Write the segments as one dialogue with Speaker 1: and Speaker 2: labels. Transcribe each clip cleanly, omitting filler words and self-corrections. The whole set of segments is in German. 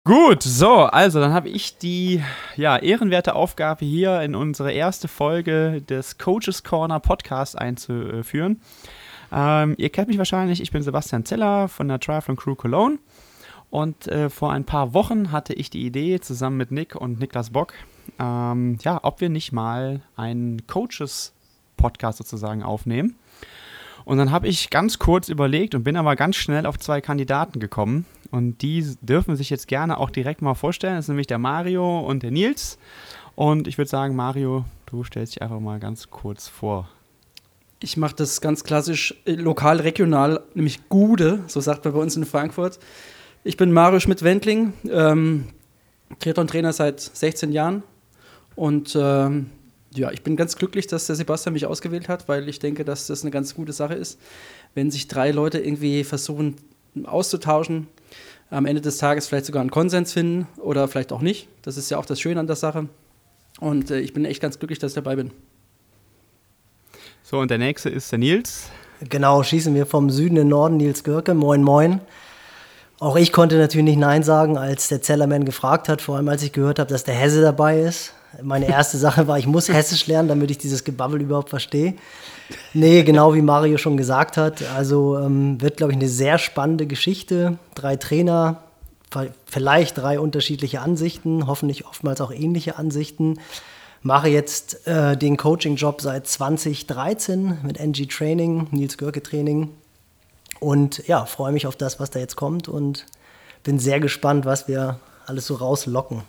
Speaker 1: Gut, so, also dann habe ich die ehrenwerte Aufgabe hier in unsere erste Folge des Coaches Corner Podcast einzuführen. Ihr kennt mich wahrscheinlich, ich bin Sebastian Zeller von der Triathlon Crew Cologne und vor ein paar Wochen hatte ich die Idee zusammen mit Nick und Niklas Bock, ob wir nicht mal einen Coaches Podcast sozusagen aufnehmen. Und dann habe ich ganz kurz überlegt und bin aber ganz schnell auf 2 Kandidaten gekommen. Und die dürfen sich jetzt gerne auch direkt mal vorstellen. Das ist nämlich der Mario und der Nils. Und ich würde sagen, Mario, du stellst dich einfach mal ganz kurz vor.
Speaker 2: Ich mache das ganz klassisch lokal, regional, nämlich Gude, so sagt man bei uns in Frankfurt. Ich bin Mario Schmidt-Wendling, Triathlon-Trainer seit 16 Jahren. Und ich bin ganz glücklich, dass der Sebastian mich ausgewählt hat, weil ich denke, dass das eine ganz gute Sache ist, wenn sich 3 Leute irgendwie versuchen auszutauschen, am Ende des Tages vielleicht sogar einen Konsens finden oder vielleicht auch nicht. Das ist ja auch das Schöne an der Sache. Und ich bin echt ganz glücklich, dass ich dabei bin.
Speaker 1: So, und der nächste ist der Nils.
Speaker 3: Genau, schießen wir vom Süden in den Norden, Nils Görke, moin moin. Auch ich konnte natürlich nicht Nein sagen, als der Zellerman gefragt hat, vor allem als ich gehört habe, dass der Hesse dabei ist. Meine erste Sache war, ich muss Hessisch lernen, damit ich dieses Gebabbel überhaupt verstehe. Nee, genau wie Mario schon gesagt hat. Also wird, glaube ich, eine sehr spannende Geschichte. 3 Trainer, vielleicht 3 unterschiedliche Ansichten, hoffentlich oftmals auch ähnliche Ansichten. Mache jetzt den Coaching-Job seit 2013 mit NG Training, Nils Görke Training. Und ja, freue mich auf das, was da jetzt kommt und bin sehr gespannt, was wir alles so rauslocken.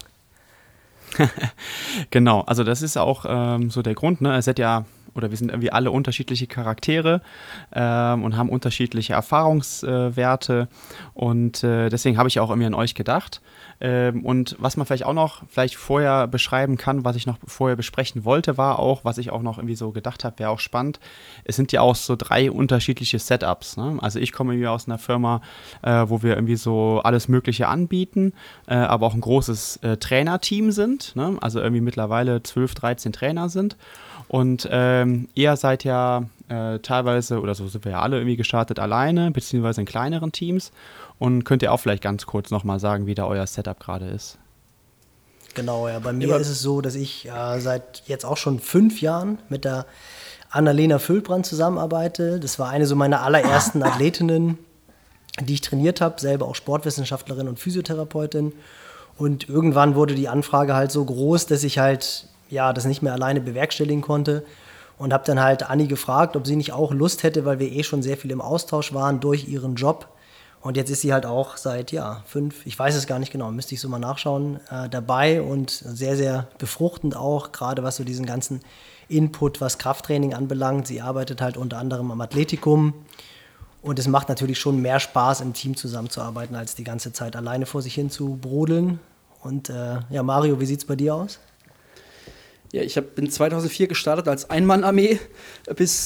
Speaker 1: Genau, also das ist auch so der Grund, ne? Wir sind irgendwie alle unterschiedliche Charaktere und haben unterschiedliche Erfahrungswerte und deswegen habe ich auch irgendwie an euch gedacht. Und was man vielleicht auch noch vorher beschreiben kann, was ich noch vorher besprechen wollte, war auch, was ich auch noch irgendwie so gedacht habe, wäre auch spannend. Es sind ja auch so 3 unterschiedliche Setups, ne? Also ich komme irgendwie aus einer Firma, wo wir irgendwie so alles Mögliche anbieten, aber auch ein großes Trainerteam sind, ne? Also irgendwie mittlerweile 12, 13 Trainer sind. Und ihr seid ja teilweise, oder so sind wir ja alle irgendwie gestartet alleine, beziehungsweise in kleineren Teams. Und könnt ihr auch vielleicht ganz kurz nochmal sagen, wie da euer Setup gerade ist?
Speaker 3: Genau, ja. Bei mir ist es so, dass ich seit jetzt auch schon 5 Jahren mit der Annalena Füllbrand zusammenarbeite. Das war eine so meiner allerersten Athletinnen, die ich trainiert habe, selber auch Sportwissenschaftlerin und Physiotherapeutin. Und irgendwann wurde die Anfrage halt so groß, dass ich halt das nicht mehr alleine bewerkstelligen konnte und habe dann halt Anni gefragt, ob sie nicht auch Lust hätte, weil wir schon sehr viel im Austausch waren durch ihren Job. Und jetzt ist sie halt auch seit 5, ich weiß es gar nicht genau, müsste ich so mal nachschauen, dabei und sehr, sehr befruchtend auch, gerade was so diesen ganzen Input, was Krafttraining anbelangt. Sie arbeitet halt unter anderem am Athletikum und es macht natürlich schon mehr Spaß, im Team zusammenzuarbeiten, als die ganze Zeit alleine vor sich hin zu brodeln. Und Mario, wie sieht es bei dir aus?
Speaker 2: Ja, ich bin 2004 gestartet als Einmann-Armee bis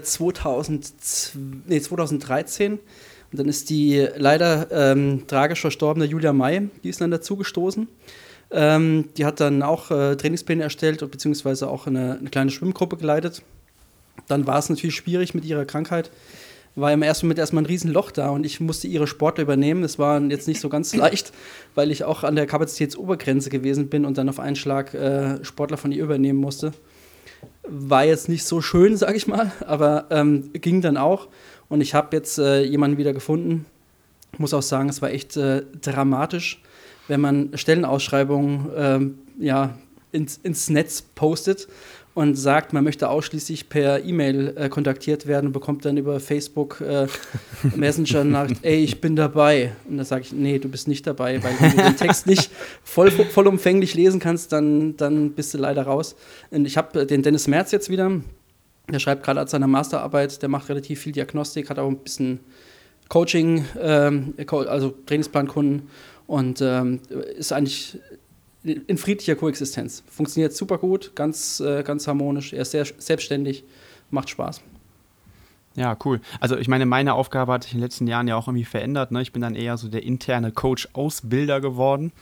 Speaker 2: 2013. Und dann ist die leider tragisch verstorbene Julia May, die ist dann dazugestoßen. Die hat dann auch Trainingspläne erstellt beziehungsweise auch eine kleine Schwimmgruppe geleitet. Dann war es natürlich schwierig mit ihrer Krankheit. War im ersten Moment erstmal ein Riesenloch da und ich musste ihre Sportler übernehmen. Das war jetzt nicht so ganz leicht, weil ich auch an der Kapazitätsobergrenze gewesen bin und dann auf einen Schlag Sportler von ihr übernehmen musste. War jetzt nicht so schön, sag ich mal, aber ging dann auch. Und ich habe jetzt jemanden wieder gefunden. Muss auch sagen, es war echt dramatisch, wenn man Stellenausschreibungen ins Netz postet und sagt, man möchte ausschließlich per E-Mail kontaktiert werden und bekommt dann über Facebook Messenger Nachricht, ey, ich bin dabei. Und dann sage ich, nee, du bist nicht dabei, weil wenn du den Text nicht vollumfänglich lesen kannst, dann bist du leider raus. Und ich habe den Dennis Merz jetzt wieder, der schreibt gerade an seiner Masterarbeit, der macht relativ viel Diagnostik, hat auch ein bisschen Coaching, also Trainingsplankunden und ist eigentlich in friedlicher Koexistenz. Funktioniert super gut, ganz harmonisch. Er ist sehr selbstständig, macht Spaß.
Speaker 1: Ja, cool. Also ich meine Aufgabe hat sich in den letzten Jahren ja auch irgendwie verändert, ne? Ich bin dann eher so der interne Coach-Ausbilder geworden.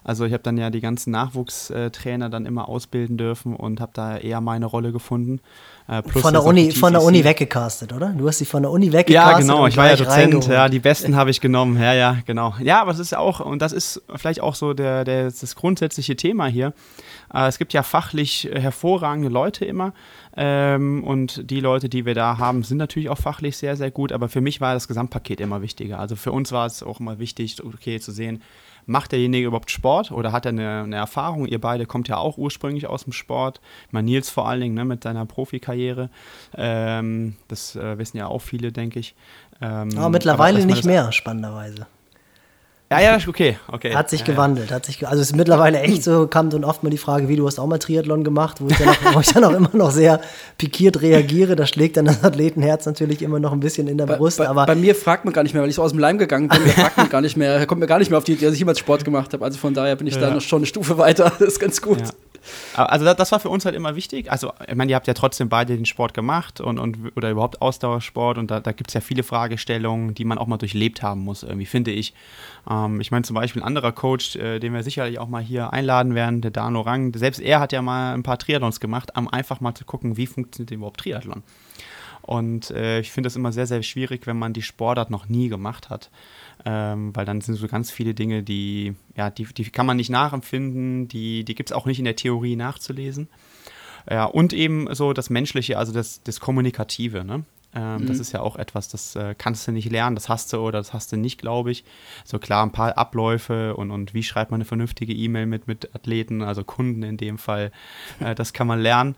Speaker 1: Also ich habe dann ja die ganzen Nachwuchstrainer dann immer ausbilden dürfen und habe da eher meine Rolle gefunden.
Speaker 3: Plus von der Uni weggecastet, oder? Du hast sie von der Uni weggecastet.
Speaker 1: Ja, genau, ich war ja Dozent, ja, die Besten habe ich genommen, ja, genau. Ja, aber es ist ja auch, und das ist vielleicht auch so das grundsätzliche Thema hier, es gibt ja fachlich hervorragende Leute immer und die Leute, die wir da haben, sind natürlich auch fachlich sehr, sehr gut, aber für mich war das Gesamtpaket immer wichtiger. Also für uns war es auch immer wichtig, okay, zu sehen, macht derjenige überhaupt Sport oder hat er eine Erfahrung? Ihr beide kommt ja auch ursprünglich aus dem Sport. Nils vor allen Dingen, ne, mit seiner Profikarriere. Das wissen ja auch viele, denke ich.
Speaker 3: Aber mittlerweile nicht mehr, spannenderweise.
Speaker 1: Ja, okay.
Speaker 3: Hat sich gewandelt. Also es ist mittlerweile echt so, kam dann oft mal die Frage, wie, du hast auch mal Triathlon gemacht, wo ich dann auch immer noch sehr pikiert reagiere. Da schlägt dann das Athletenherz natürlich immer noch ein bisschen in der Brust. Aber
Speaker 2: bei mir fragt man gar nicht mehr, weil ich so aus dem Leim gegangen bin, kommt mir gar nicht mehr auf die Idee, dass ich jemals Sport gemacht habe. Also von daher bin ich da noch schon eine Stufe weiter. Das ist ganz gut. Ja.
Speaker 1: Also das war für uns halt immer wichtig. Also ich meine, ihr habt ja trotzdem beide den Sport gemacht oder überhaupt Ausdauersport und da gibt es ja viele Fragestellungen, die man auch mal durchlebt haben muss, irgendwie, finde ich. Ich meine zum Beispiel ein anderer Coach, den wir sicherlich auch mal hier einladen werden, der Dan Orang, selbst er hat ja mal ein paar Triathlons gemacht, um einfach mal zu gucken, wie funktioniert überhaupt Triathlon. Und ich finde das immer sehr, sehr schwierig, wenn man die Sportart noch nie gemacht hat. Weil dann sind so ganz viele Dinge, die kann man nicht nachempfinden, die gibt es auch nicht in der Theorie nachzulesen. Ja, und eben so das Menschliche, also das Kommunikative, ne? Das ist ja auch etwas, das kannst du nicht lernen, das hast du oder das hast du nicht, glaube ich. So klar, ein paar Abläufe und wie schreibt man eine vernünftige E-Mail mit Athleten, also Kunden in dem Fall, das kann man lernen.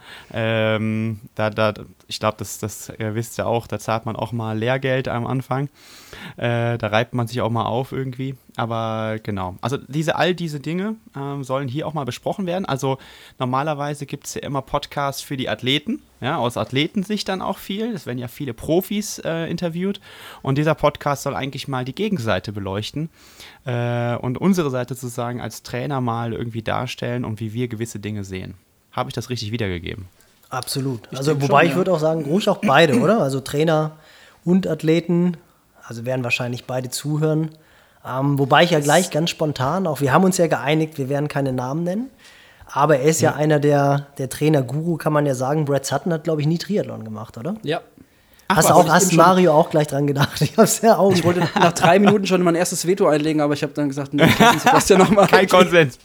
Speaker 1: Ich glaube, das wisst ihr auch, da zahlt man auch mal Lehrgeld am Anfang. Da reibt man sich auch mal auf irgendwie. Aber genau, also all diese Dinge sollen hier auch mal besprochen werden. Also normalerweise gibt es ja immer Podcasts für die Athleten, ja, aus Athletensicht dann auch viel. Es werden ja viele Profis interviewt und dieser Podcast soll eigentlich mal die Gegenseite beleuchten und unsere Seite sozusagen als Trainer mal irgendwie darstellen und wie wir gewisse Dinge sehen. Habe ich das richtig wiedergegeben?
Speaker 3: Absolut. Also wobei ich würde auch sagen, ruhig auch beide, oder? Also Trainer und Athleten, also werden wahrscheinlich beide zuhören. Wobei ich ja gleich ganz spontan, auch wir haben uns ja geeinigt, wir werden keine Namen nennen, aber er ist ja einer der Trainer-Guru, kann man ja sagen. Brad Sutton hat, glaube ich, nie Triathlon gemacht, oder?
Speaker 2: Ja.
Speaker 3: Hast Mario auch gleich dran gedacht? Ich
Speaker 2: wollte nach 3 Minuten schon mein erstes Veto einlegen, aber ich habe dann gesagt, nee, das ja nochmal.
Speaker 1: Kein Konsens.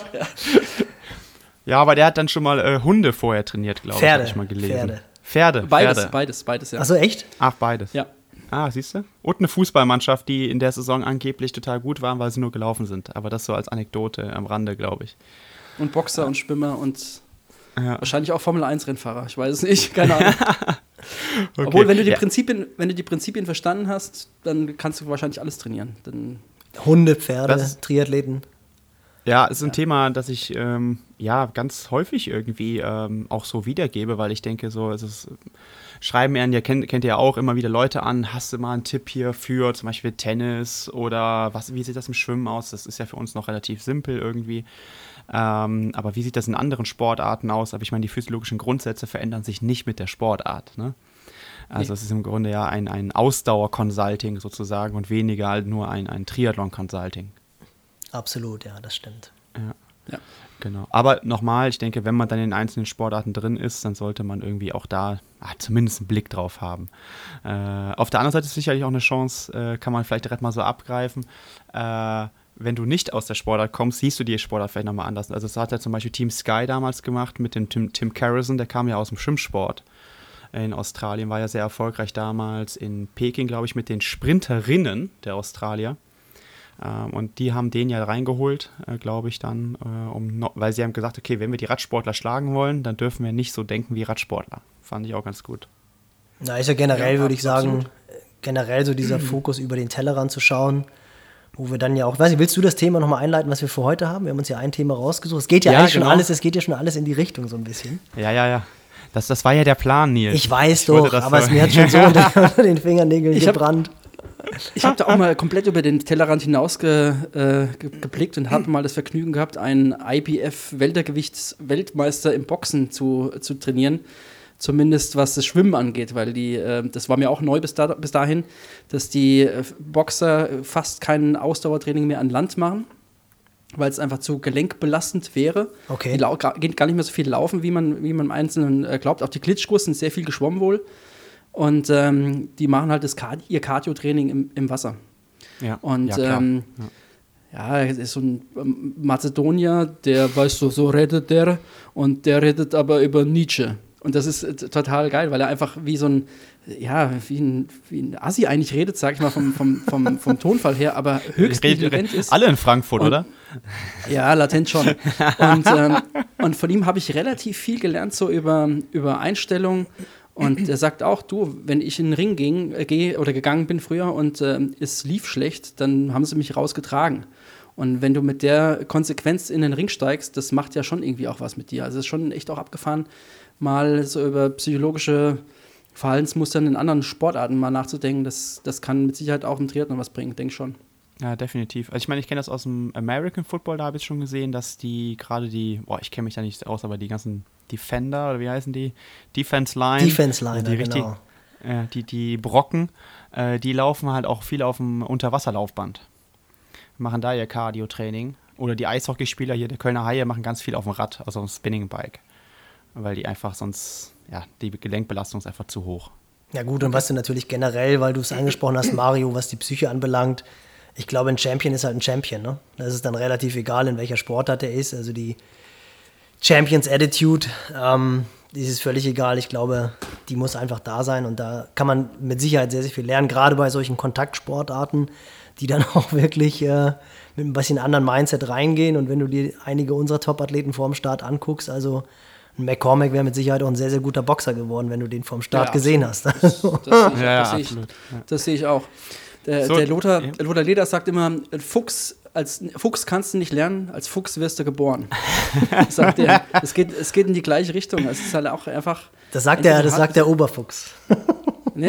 Speaker 1: Ja, aber der hat dann schon mal Hunde vorher trainiert, glaube ich, habe ich mal gelesen. Pferde.
Speaker 2: Beides, ja.
Speaker 3: Achso, echt?
Speaker 1: Ach, beides.
Speaker 2: Ja.
Speaker 1: Ah, siehst du? Und eine Fußballmannschaft, die in der Saison angeblich total gut waren, weil sie nur gelaufen sind. Aber das so als Anekdote am Rande, glaube ich.
Speaker 2: Und Boxer und Schwimmer und wahrscheinlich auch Formel-1-Rennfahrer. Ich weiß es nicht, keine Ahnung. Okay. Obwohl, wenn du die Prinzipien verstanden hast, dann kannst du wahrscheinlich alles trainieren.
Speaker 3: Hunde, Pferde, Triathleten.
Speaker 1: Ja, es ist ein Thema, das ich ganz häufig irgendwie auch so wiedergebe, weil ich denke, so schreiben kennt ihr ja auch immer wieder Leute an, hast du mal einen Tipp hier für zum Beispiel Tennis oder wie sieht das im Schwimmen aus? Das ist ja für uns noch relativ simpel irgendwie. Aber wie sieht das in anderen Sportarten aus? Aber ich meine, die physiologischen Grundsätze verändern sich nicht mit der Sportart, ne? Also es ist im Grunde ja ein Ausdauer-Consulting sozusagen und weniger halt nur ein Triathlon-Consulting.
Speaker 3: Absolut, ja, das stimmt.
Speaker 1: Ja, genau. Aber nochmal, ich denke, wenn man dann in einzelnen Sportarten drin ist, dann sollte man irgendwie auch da zumindest einen Blick drauf haben. Auf der anderen Seite ist sicherlich auch eine Chance, kann man vielleicht direkt mal so abgreifen, wenn du nicht aus der Sportart kommst, siehst du die Sportart vielleicht nochmal anders. Also das hat ja zum Beispiel Team Sky damals gemacht mit dem Tim Carrison, der kam ja aus dem Schwimmsport. In Australien war ja sehr erfolgreich damals, in Peking, glaube ich, mit den Sprinterinnen der Australier. Und die haben den ja reingeholt, glaube ich dann, weil sie haben gesagt, okay, wenn wir die Radsportler schlagen wollen, dann dürfen wir nicht so denken wie Radsportler. Fand ich auch ganz gut.
Speaker 3: Na, ist ja generell, würde ich sagen, generell so dieser Fokus über den Tellerrand zu schauen, wo wir dann ja auch, weiß nicht, willst du das Thema nochmal einleiten, was wir für heute haben? Wir haben uns ja ein Thema rausgesucht. Es geht ja eigentlich schon alles in die Richtung so ein bisschen.
Speaker 1: Ja. Das war ja der Plan, Nils.
Speaker 3: Ich weiß doch, aber es mir hat schon so unter den Fingernägeln gebrannt.
Speaker 2: Ich habe da auch mal komplett über den Tellerrand hinaus geblickt und habe mal das Vergnügen gehabt, einen IBF-Weltergewichtsweltmeister im Boxen zu trainieren. Zumindest was das Schwimmen angeht, weil das war mir auch neu bis dahin, dass die Boxer fast kein Ausdauertraining mehr an Land machen. weil es einfach zu gelenkbelastend wäre.
Speaker 3: Okay.
Speaker 2: Die gehen gar nicht mehr so viel laufen, wie man im Einzelnen glaubt. Auch die Klitschkos sind sehr viel geschwommen wohl. Und die machen halt ihr Cardio-Training im Wasser.
Speaker 1: Ja.
Speaker 2: Und
Speaker 1: klar.
Speaker 2: es ist so ein Mazedonier, der, weißt du, so redet der und der redet aber über Nietzsche. Und das ist total geil, weil er einfach wie so ein, wie ein Assi eigentlich redet, sag ich mal, vom Tonfall her, aber höchst intelligent ist.
Speaker 1: Alle in Frankfurt, oder?
Speaker 2: Ja, latent schon. Und von ihm habe ich relativ viel gelernt, so über Einstellung. Und er sagt auch, du, wenn ich in den Ring gegangen bin früher und es lief schlecht, dann haben sie mich rausgetragen. Und wenn du mit der Konsequenz in den Ring steigst, das macht ja schon irgendwie auch was mit dir. Also es ist schon echt auch abgefahren, mal so über psychologische Verhaltensmustern in anderen Sportarten mal nachzudenken. Das kann mit Sicherheit auch im Triathlon was bringen, denke ich schon.
Speaker 1: Ja, definitiv. Also ich meine, ich kenne das aus dem American Football, da habe ich schon gesehen, dass ich kenne mich da nicht aus, aber die ganzen Defender, oder wie heißen die? Defense Line,
Speaker 3: genau.
Speaker 1: Die Brocken, die laufen halt auch viel auf dem Unterwasserlaufband. Machen da ihr Cardio-Training. Oder die Eishockeyspieler hier, der Kölner Haie, machen ganz viel auf dem Rad, also auf dem Spinning-Bike. Weil die einfach sonst, die Gelenkbelastung ist einfach zu hoch.
Speaker 3: Ja gut, und was du natürlich generell, weil du es angesprochen hast, Mario, was die Psyche anbelangt, ich glaube, ein Champion ist halt ein Champion, ne? Das ist dann relativ egal, in welcher Sportart er ist. Also die Champions Attitude, die ist völlig egal. Ich glaube, die muss einfach da sein und da kann man mit Sicherheit sehr, sehr viel lernen, gerade bei solchen Kontaktsportarten, die dann auch wirklich mit ein bisschen anderen Mindset reingehen. Und wenn du dir einige unserer Top-Athleten vorm Start anguckst, also ein McCormack wäre mit Sicherheit auch ein sehr, sehr guter Boxer geworden, wenn du den vorm Start gesehen hast.
Speaker 2: Das sehe ich auch. Der Lothar Leder sagt immer, als Fuchs kannst du nicht lernen, als Fuchs wirst du geboren. Sagt er. Es geht in die gleiche Richtung. Es ist halt auch einfach.
Speaker 3: Das sagt der Oberfuchs.
Speaker 2: Nee,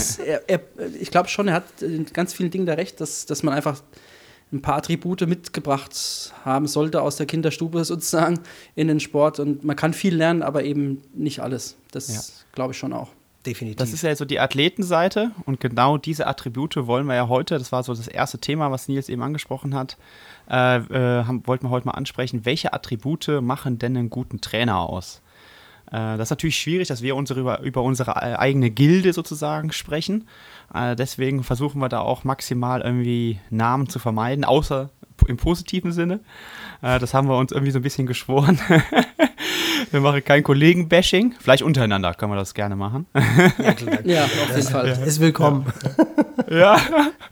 Speaker 2: ich glaube schon, er hat in ganz vielen Dingen da recht, dass man einfach ein paar Attribute mitgebracht haben sollte aus der Kinderstube sozusagen in den Sport. Und man kann viel lernen, aber eben nicht alles. Das glaube ich schon auch.
Speaker 3: Definitiv.
Speaker 1: Das ist ja so die Athletenseite und genau diese Attribute wollen wir ja heute, das war so das erste Thema, was Nils eben angesprochen hat, wollten wir heute mal ansprechen. Welche Attribute machen denn einen guten Trainer aus? Das ist natürlich schwierig, dass wir über unsere eigene Gilde sozusagen sprechen. Deswegen versuchen wir da auch maximal irgendwie Namen zu vermeiden, außer im positiven Sinne. Das haben wir uns irgendwie so ein bisschen geschworen. Wir machen kein Kollegen-Bashing. Vielleicht untereinander können wir das gerne machen.
Speaker 3: Ja, klar.
Speaker 2: Ja, auf jeden Fall.
Speaker 3: Ist willkommen.
Speaker 1: Ja.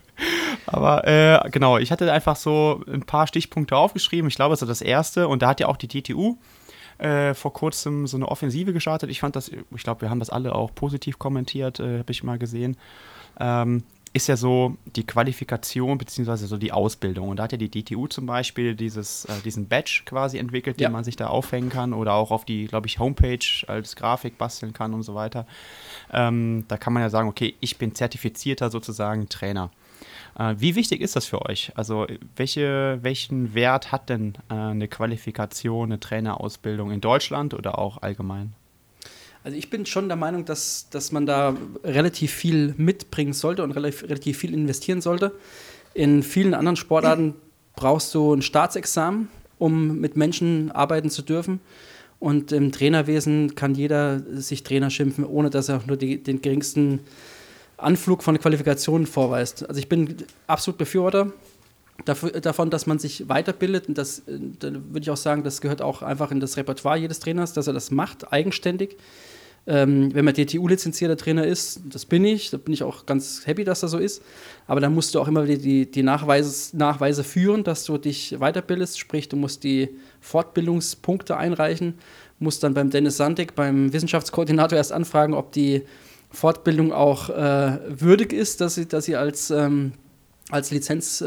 Speaker 1: Aber genau, ich hatte einfach so ein paar Stichpunkte aufgeschrieben. Ich glaube, das ist das erste. Und da hat ja auch die DTU vor kurzem so eine Offensive gestartet. Ich glaube, wir haben das alle auch positiv kommentiert, habe ich mal gesehen. Ist ja so die Qualifikation beziehungsweise so die Ausbildung. Und da hat ja die DTU zum Beispiel diesen Badge quasi entwickelt, den man sich da aufhängen kann oder auch auf die, glaube ich, Homepage als Grafik basteln kann und so weiter. Da kann man ja sagen, okay, ich bin zertifizierter sozusagen Trainer. Wie wichtig ist das für euch? Also welchen Wert hat denn eine Qualifikation, eine Trainerausbildung in Deutschland oder auch allgemein?
Speaker 2: Also ich bin schon der Meinung, dass man da relativ viel mitbringen sollte und relativ viel investieren sollte. In vielen anderen Sportarten brauchst du ein Staatsexamen, um mit Menschen arbeiten zu dürfen. Und im Trainerwesen kann jeder sich Trainer schimpfen, ohne dass er auch nur den geringsten Anflug von Qualifikationen vorweist. Also ich bin absolut Befürworter davon, dass man sich weiterbildet. Und da würde ich auch sagen, das gehört auch einfach in das Repertoire jedes Trainers, dass er das macht, eigenständig. Wenn man DTU-lizenzierter Trainer ist, das bin ich, da bin ich auch ganz happy, dass das so ist. Aber dann musst du auch immer die Nachweise führen, dass du dich weiterbildest. Sprich, du musst die Fortbildungspunkte einreichen, musst dann beim Dennis Sandig, beim Wissenschaftskoordinator erst anfragen, ob die Fortbildung auch würdig ist, dass sie als Lizenz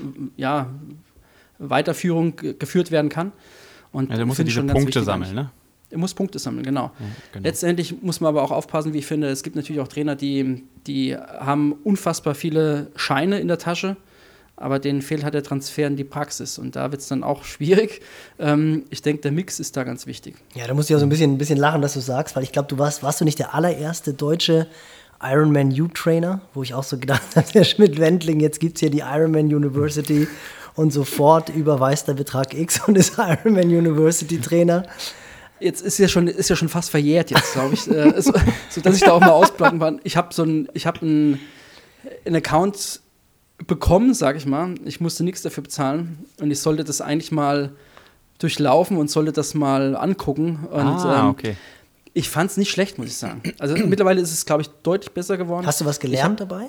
Speaker 2: Weiterführung geführt werden kann. Und
Speaker 1: da musst du diese Punkte sammeln, ne?
Speaker 2: Er muss Punkte sammeln, genau.
Speaker 1: Ja, genau.
Speaker 2: Letztendlich muss man aber auch aufpassen, wie ich finde, es gibt natürlich auch Trainer, die haben unfassbar viele Scheine in der Tasche, aber denen fehlt halt der Transfer in die Praxis und da wird es dann auch schwierig. Ich denke, der Mix ist da ganz wichtig.
Speaker 3: Ja, da musst du ja so ein bisschen lachen, dass du sagst, weil ich glaube, warst du nicht der allererste deutsche Ironman U-Trainer, wo ich auch so gedacht habe, der Schmidt-Wendling, jetzt gibt es hier die Ironman University und sofort überweist der Betrag X und ist Ironman University Trainer.
Speaker 2: Jetzt ist ja schon fast verjährt jetzt, glaube ich, so dass ich da auch mal ausplacken kann. Ich habe einen Account bekommen, sage ich mal. Ich musste nichts dafür bezahlen und ich sollte das eigentlich mal durchlaufen und sollte das mal angucken. Und,
Speaker 1: okay.
Speaker 2: Ich fand es nicht schlecht, muss ich sagen. Also mittlerweile ist es, glaube ich, deutlich besser geworden.
Speaker 3: Hast du was gelernt dabei?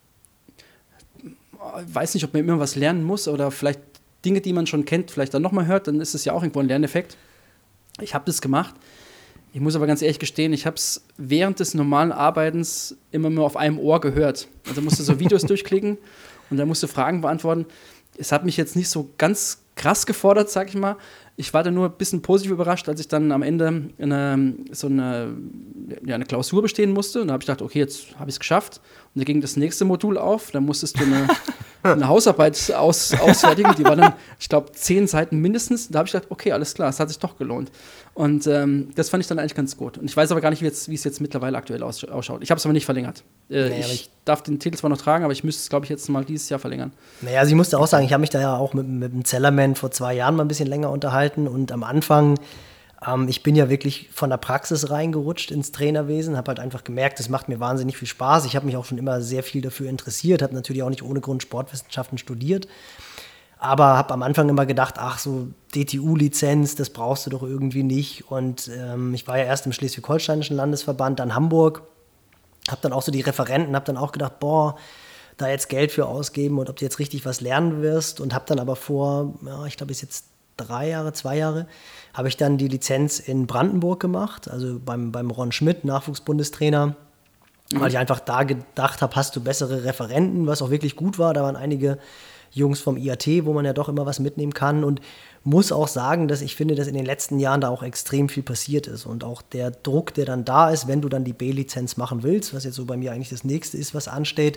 Speaker 2: Ich weiß nicht, ob man immer was lernen muss oder vielleicht Dinge, die man schon kennt, vielleicht dann nochmal hört, dann ist es ja auch irgendwo ein Lerneffekt. Ich habe das gemacht. Ich muss aber ganz ehrlich gestehen, ich habe es während des normalen Arbeitens immer nur auf einem Ohr gehört. Also musste so Videos durchklicken und dann musste Fragen beantworten. Es hat mich jetzt nicht so ganz krass gefordert, sag ich mal. Ich war dann nur ein bisschen positiv überrascht, als ich dann am Ende eine Klausur bestehen musste. Und da habe ich gedacht, okay, jetzt habe ich es geschafft. Und da ging das nächste Modul auf. Da musstest du eine Hausarbeit ausfertigen. Die war dann, ich glaube, 10 Seiten mindestens. Da habe ich gedacht, okay, alles klar, es hat sich doch gelohnt. Und das fand ich dann eigentlich ganz gut. Und ich weiß aber gar nicht, wie es jetzt mittlerweile aktuell ausschaut. Ich habe es aber nicht verlängert. Ich darf den Titel zwar noch tragen, aber ich müsste es, glaube ich, jetzt mal dieses Jahr verlängern.
Speaker 3: Naja, also ich musste auch sagen, ich habe mich da ja auch mit dem Zellerman vor 2 Jahren mal ein bisschen länger unterhalten. Und am Anfang, ich bin ja wirklich von der Praxis reingerutscht ins Trainerwesen, habe halt einfach gemerkt, es macht mir wahnsinnig viel Spaß. Ich habe mich auch schon immer sehr viel dafür interessiert, habe natürlich auch nicht ohne Grund Sportwissenschaften studiert, aber habe am Anfang immer gedacht, ach so DTU-Lizenz, das brauchst du doch irgendwie nicht. Und ich war ja erst im Schleswig-Holsteinischen Landesverband, dann Hamburg, habe dann auch so die Referenten, habe dann auch gedacht, boah, da jetzt Geld für ausgeben und ob du jetzt richtig was lernen wirst, und habe dann aber vor, ich glaube, ist jetzt 2 Jahre, habe ich dann die Lizenz in Brandenburg gemacht, also beim Ron Schmidt, Nachwuchsbundestrainer, weil ich einfach da gedacht habe, hast du bessere Referenten, was auch wirklich gut war. Da waren einige Jungs vom IAT, wo man ja doch immer was mitnehmen kann, und muss auch sagen, dass ich finde, dass in den letzten Jahren da auch extrem viel passiert ist und auch der Druck, der dann da ist, wenn du dann die B-Lizenz machen willst, was jetzt so bei mir eigentlich das nächste ist, was ansteht,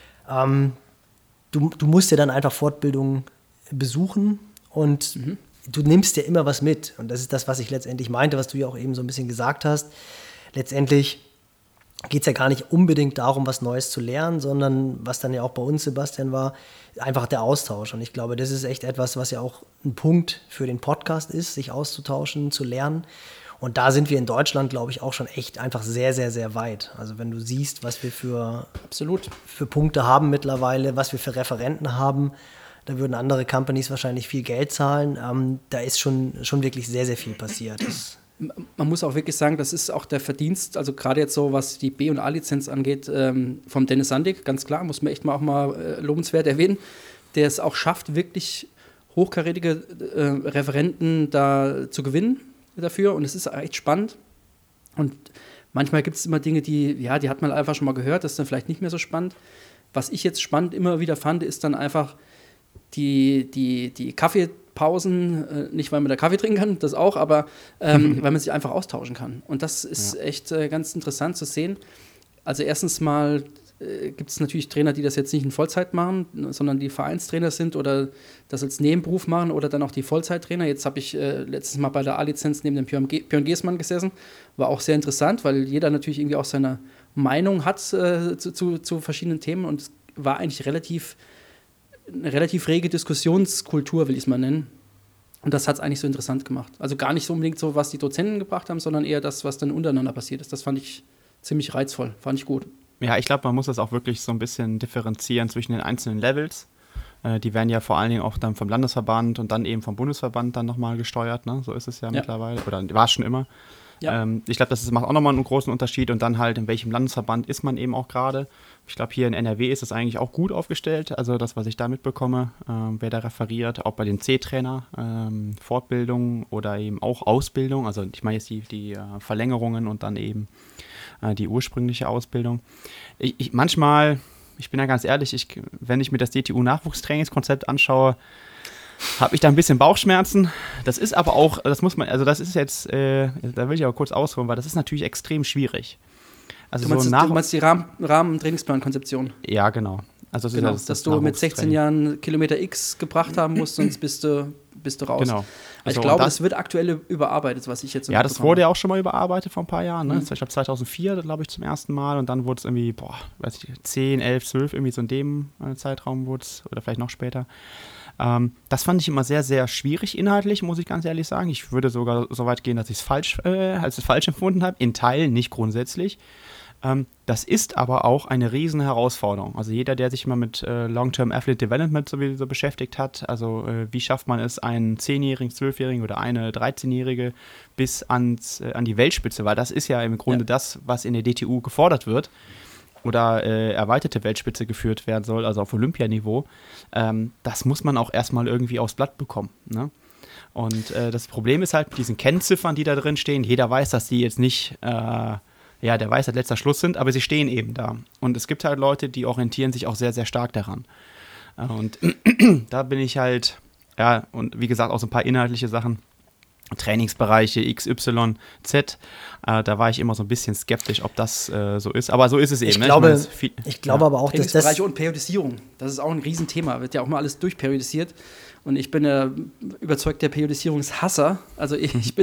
Speaker 3: du musst ja dann einfach Fortbildungen besuchen. Und du nimmst ja immer was mit. Und das ist das, was ich letztendlich meinte, was du ja auch eben so ein bisschen gesagt hast. Letztendlich geht es ja gar nicht unbedingt darum, was Neues zu lernen, sondern was dann ja auch bei uns, Sebastian, war, einfach der Austausch. Und ich glaube, das ist echt etwas, was ja auch ein Punkt für den Podcast ist, sich auszutauschen, zu lernen. Und da sind wir in Deutschland, glaube ich, auch schon echt einfach sehr, sehr, sehr weit. Also wenn du siehst, was wir für Punkte haben mittlerweile, was wir für Referenten haben, da würden andere Companies wahrscheinlich viel Geld zahlen. Da ist schon wirklich sehr, sehr viel passiert.
Speaker 2: Man muss auch wirklich sagen, das ist auch der Verdienst, also gerade jetzt so, was die B- und A-Lizenz angeht, vom Dennis Sandig, ganz klar, muss man echt mal auch mal lobenswert erwähnen, der es auch schafft, wirklich hochkarätige Referenten da zu gewinnen dafür, und es ist echt spannend. Und manchmal gibt es immer Dinge, die hat man einfach schon mal gehört, das ist dann vielleicht nicht mehr so spannend. Was ich jetzt spannend immer wieder fand, ist dann einfach die Kaffeepausen, nicht weil man da Kaffee trinken kann, das auch, aber weil man sich einfach austauschen kann. Und das ist echt ganz interessant zu sehen. Also erstens mal gibt es natürlich Trainer, die das jetzt nicht in Vollzeit machen, sondern die Vereinstrainer sind oder das als Nebenberuf machen oder dann auch die Vollzeittrainer. Jetzt habe ich letztes Mal bei der A-Lizenz neben dem Björn Geßmann gesessen. War auch sehr interessant, weil jeder natürlich irgendwie auch seine Meinung hat zu verschiedenen Themen, und es war eigentlich eine relativ rege Diskussionskultur, will ich es mal nennen. Und das hat es eigentlich so interessant gemacht. Also gar nicht so unbedingt so, was die Dozenten gebracht haben, sondern eher das, was dann untereinander passiert ist. Das fand ich ziemlich reizvoll, fand ich gut.
Speaker 1: Ja, ich glaube, man muss das auch wirklich so ein bisschen differenzieren zwischen den einzelnen Levels. Die werden ja vor allen Dingen auch dann vom Landesverband und dann eben vom Bundesverband dann nochmal gesteuert, ne? So ist es ja mittlerweile, oder war es schon immer. Ja. Ich glaube, das macht auch nochmal einen großen Unterschied, und dann halt, in welchem Landesverband ist man eben auch gerade. Ich glaube, hier in NRW ist das eigentlich auch gut aufgestellt, also das, was ich da mitbekomme, wer da referiert, auch bei den C-Trainer, Fortbildung oder eben auch Ausbildung, also ich meine jetzt die Verlängerungen und dann eben die ursprüngliche Ausbildung. Manchmal, ich bin ja ganz ehrlich, wenn ich mir das DTU-Nachwuchstrainingskonzept anschaue, habe ich da ein bisschen Bauchschmerzen. Das ist aber auch, das ist jetzt, da will ich aber kurz ausholen, weil das ist natürlich extrem schwierig. Also
Speaker 2: du meinst die Rahmen-Trainingsplan-Konzeption?
Speaker 1: Ja, genau. Also
Speaker 2: dass du mit 16 Jahren Kilometer X gebracht haben musst, sonst bist du raus.
Speaker 1: Genau.
Speaker 2: Also ich glaube, das wird aktuell überarbeitet, was ich jetzt
Speaker 1: Ja, das wurde ja auch schon mal überarbeitet vor ein paar Jahren. Ne? Ich glaube 2004, glaube ich, zum ersten Mal. Und dann wurde es irgendwie, 10, 11, 12, irgendwie so in dem Zeitraum wurde es, oder vielleicht noch später. Das fand ich immer sehr, sehr schwierig inhaltlich, muss ich ganz ehrlich sagen. Ich würde sogar so weit gehen, dass ich es falsch empfunden habe, in Teilen, nicht grundsätzlich. Das ist aber auch eine riesen Herausforderung. Also jeder, der sich mal mit Long-Term Athlete Development sowieso beschäftigt hat, also wie schafft man es, einen 10-Jährigen, 12-Jährigen oder eine 13-Jährige bis an die Weltspitze, weil das ist ja im Grunde das, was in der DTU gefordert wird oder erweiterte Weltspitze geführt werden soll, also auf Olympianiveau, das muss man auch erstmal irgendwie aufs Blatt bekommen, ne? Und das Problem ist halt mit diesen Kennziffern, die da drin stehen, jeder weiß, dass die jetzt nicht der Weisheit letzter Schluss sind, aber sie stehen eben da. Und es gibt halt Leute, die orientieren sich auch sehr, sehr stark daran. Und da bin ich halt, und wie gesagt, auch so ein paar inhaltliche Sachen, Trainingsbereiche X, Y, Z, da war ich immer so ein bisschen skeptisch, ob das so ist. Aber so ist es eben.
Speaker 3: Ich
Speaker 1: ne?
Speaker 3: glaube aber auch, dass das...
Speaker 2: Trainingsbereiche und Periodisierung, das ist auch ein Riesenthema. Wird ja auch mal alles durchperiodisiert. Und ich bin überzeugter Periodisierungshasser. Also ich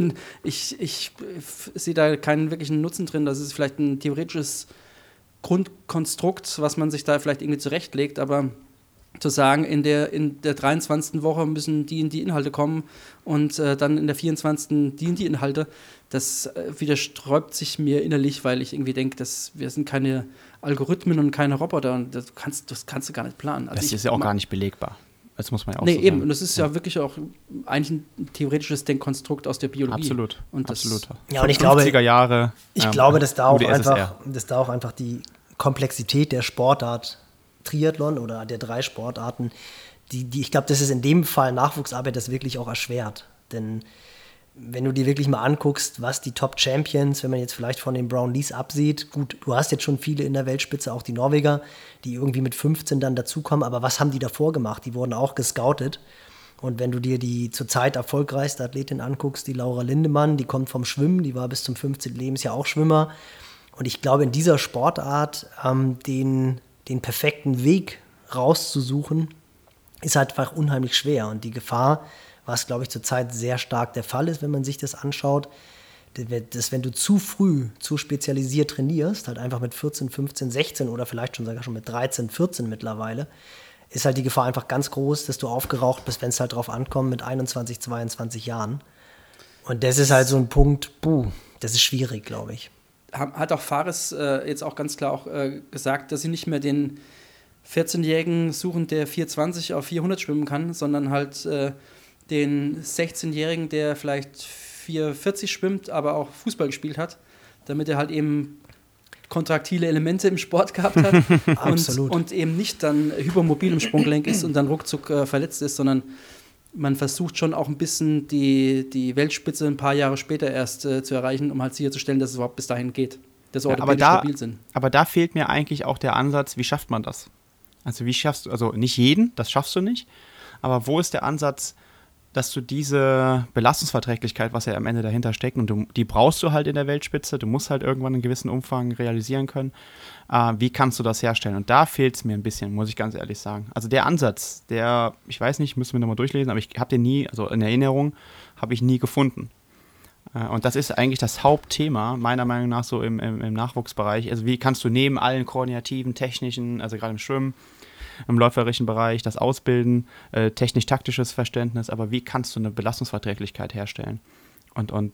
Speaker 2: sehe da keinen wirklichen Nutzen drin. Das ist vielleicht ein theoretisches Grundkonstrukt, was man sich da vielleicht irgendwie zurechtlegt, aber zu sagen, in der 23. Woche müssen die Inhalte kommen und dann in der 24. die Inhalte, das widersträubt sich mir innerlich, weil ich irgendwie denke, wir sind keine Algorithmen und keine Roboter und das kannst du gar nicht planen. Also
Speaker 1: das ist ja auch gar nicht belegbar. Das muss man ja auch
Speaker 2: so
Speaker 1: sagen.
Speaker 2: Nee, eben. Und das ist ja wirklich auch eigentlich ein theoretisches Denkkonstrukt aus der Biologie.
Speaker 1: Absolut.
Speaker 2: Und
Speaker 1: absolut.
Speaker 3: Ja, und ich glaube,
Speaker 1: 50er Jahre.
Speaker 3: Ich glaube, dass da auch einfach die Komplexität der Sportart Triathlon oder der 3 Sportarten, ich glaube, das ist in dem Fall Nachwuchsarbeit das wirklich auch erschwert. Denn wenn du dir wirklich mal anguckst, was die Top-Champions, wenn man jetzt vielleicht von den Brownlees absieht, gut, du hast jetzt schon viele in der Weltspitze, auch die Norweger, die irgendwie mit 15 dann dazukommen, aber was haben die davor gemacht? Die wurden auch gescoutet. Und wenn du dir die zurzeit erfolgreichste Athletin anguckst, die Laura Lindemann, die kommt vom Schwimmen, die war bis zum 15. Lebensjahr auch Schwimmer. Und ich glaube, in dieser Sportart den perfekten Weg rauszusuchen, ist halt einfach unheimlich schwer. Und die Gefahr, was, glaube ich, zurzeit sehr stark der Fall ist, wenn man sich das anschaut, dass wenn du zu früh, zu spezialisiert trainierst, halt einfach mit 14, 15, 16 oder vielleicht sogar schon mit 13, 14 mittlerweile, ist halt die Gefahr einfach ganz groß, dass du aufgeraucht bist, wenn es halt drauf ankommt, mit 21, 22 Jahren. Und das ist halt so ein Punkt, das ist schwierig, glaube ich.
Speaker 2: Hat auch Fares jetzt auch ganz klar auch gesagt, dass sie nicht mehr den 14-Jährigen suchen, der 420 auf 400 schwimmen kann, sondern halt den 16-Jährigen, der vielleicht 440 schwimmt, aber auch Fußball gespielt hat, damit er halt eben kontraktile Elemente im Sport gehabt hat und eben nicht dann hypermobil im Sprunggelenk ist und dann ruckzuck verletzt ist, sondern man versucht schon auch ein bisschen die Weltspitze ein paar Jahre später erst zu erreichen, um halt sicherzustellen, dass es überhaupt bis dahin geht, dass sie orthopädisch stabil sind.
Speaker 1: Aber da fehlt mir eigentlich auch der Ansatz, wie schafft man das? Also wie schaffst du, also nicht jeden, das schaffst du nicht, aber wo ist der Ansatz, dass du diese Belastungsverträglichkeit, was ja am Ende dahinter steckt, und die brauchst du halt in der Weltspitze, du musst halt irgendwann einen gewissen Umfang realisieren können. Wie kannst du das herstellen? Und da fehlt es mir ein bisschen, muss ich ganz ehrlich sagen. Also der Ansatz, ich weiß nicht, müssen wir nochmal durchlesen, aber ich habe den nie, also in Erinnerung, habe ich nie gefunden. Und das ist eigentlich das Hauptthema, meiner Meinung nach, so im Nachwuchsbereich. Also wie kannst du neben allen koordinativen, technischen, also gerade im Schwimmen, im läuferischen Bereich, das Ausbilden, technisch-taktisches Verständnis, aber wie kannst du eine Belastungsverträglichkeit herstellen? Und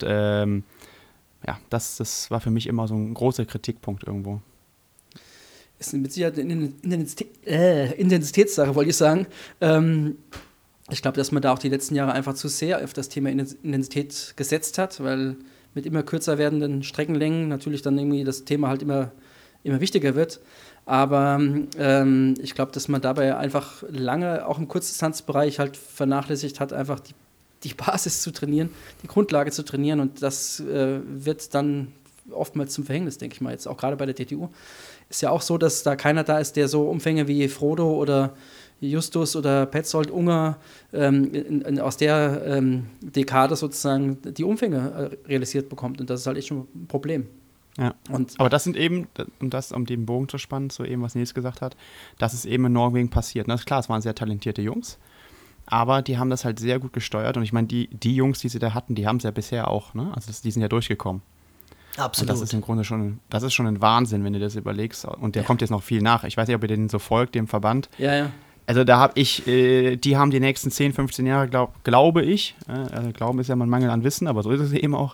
Speaker 1: das war für mich immer so ein großer Kritikpunkt irgendwo.
Speaker 2: Ist mit Sicherheit eine Intensitätssache, wollte ich sagen. Ich glaube, dass man da auch die letzten Jahre einfach zu sehr auf das Thema Intensität gesetzt hat, weil mit immer kürzer werdenden Streckenlängen natürlich dann irgendwie das Thema halt immer wichtiger wird. Aber ich glaube, dass man dabei einfach lange auch im Kurzdistanzbereich halt vernachlässigt hat, einfach die Basis zu trainieren, die Grundlage zu trainieren. Und das wird dann oftmals zum Verhängnis, denke ich mal. Jetzt auch gerade bei der DTU ist ja auch so, dass da keiner da ist, der so Umfänge wie Frodo oder Justus oder Petzold Unger aus der Dekade sozusagen die Umfänge realisiert bekommt. Und das ist halt echt schon ein Problem.
Speaker 1: Ja, aber das sind eben, um den Bogen zu spannen, so eben, was Nils gesagt hat, das ist eben in Norwegen passiert. Das ist klar, es waren sehr talentierte Jungs, aber die haben das halt sehr gut gesteuert und ich meine, die Jungs, die sie da hatten, die haben es ja bisher auch, ne? Also die sind ja durchgekommen.
Speaker 3: Absolut.
Speaker 1: Und das ist im Grunde schon ein Wahnsinn, wenn du das überlegst und der kommt jetzt noch viel nach. Ich weiß nicht, ob ihr den so folgt, dem Verband.
Speaker 2: Ja.
Speaker 1: Also da habe ich, die haben die nächsten 10, 15 Jahre, glaube ich, Glauben ist ja mal ein Mangel an Wissen, aber so ist es eben auch,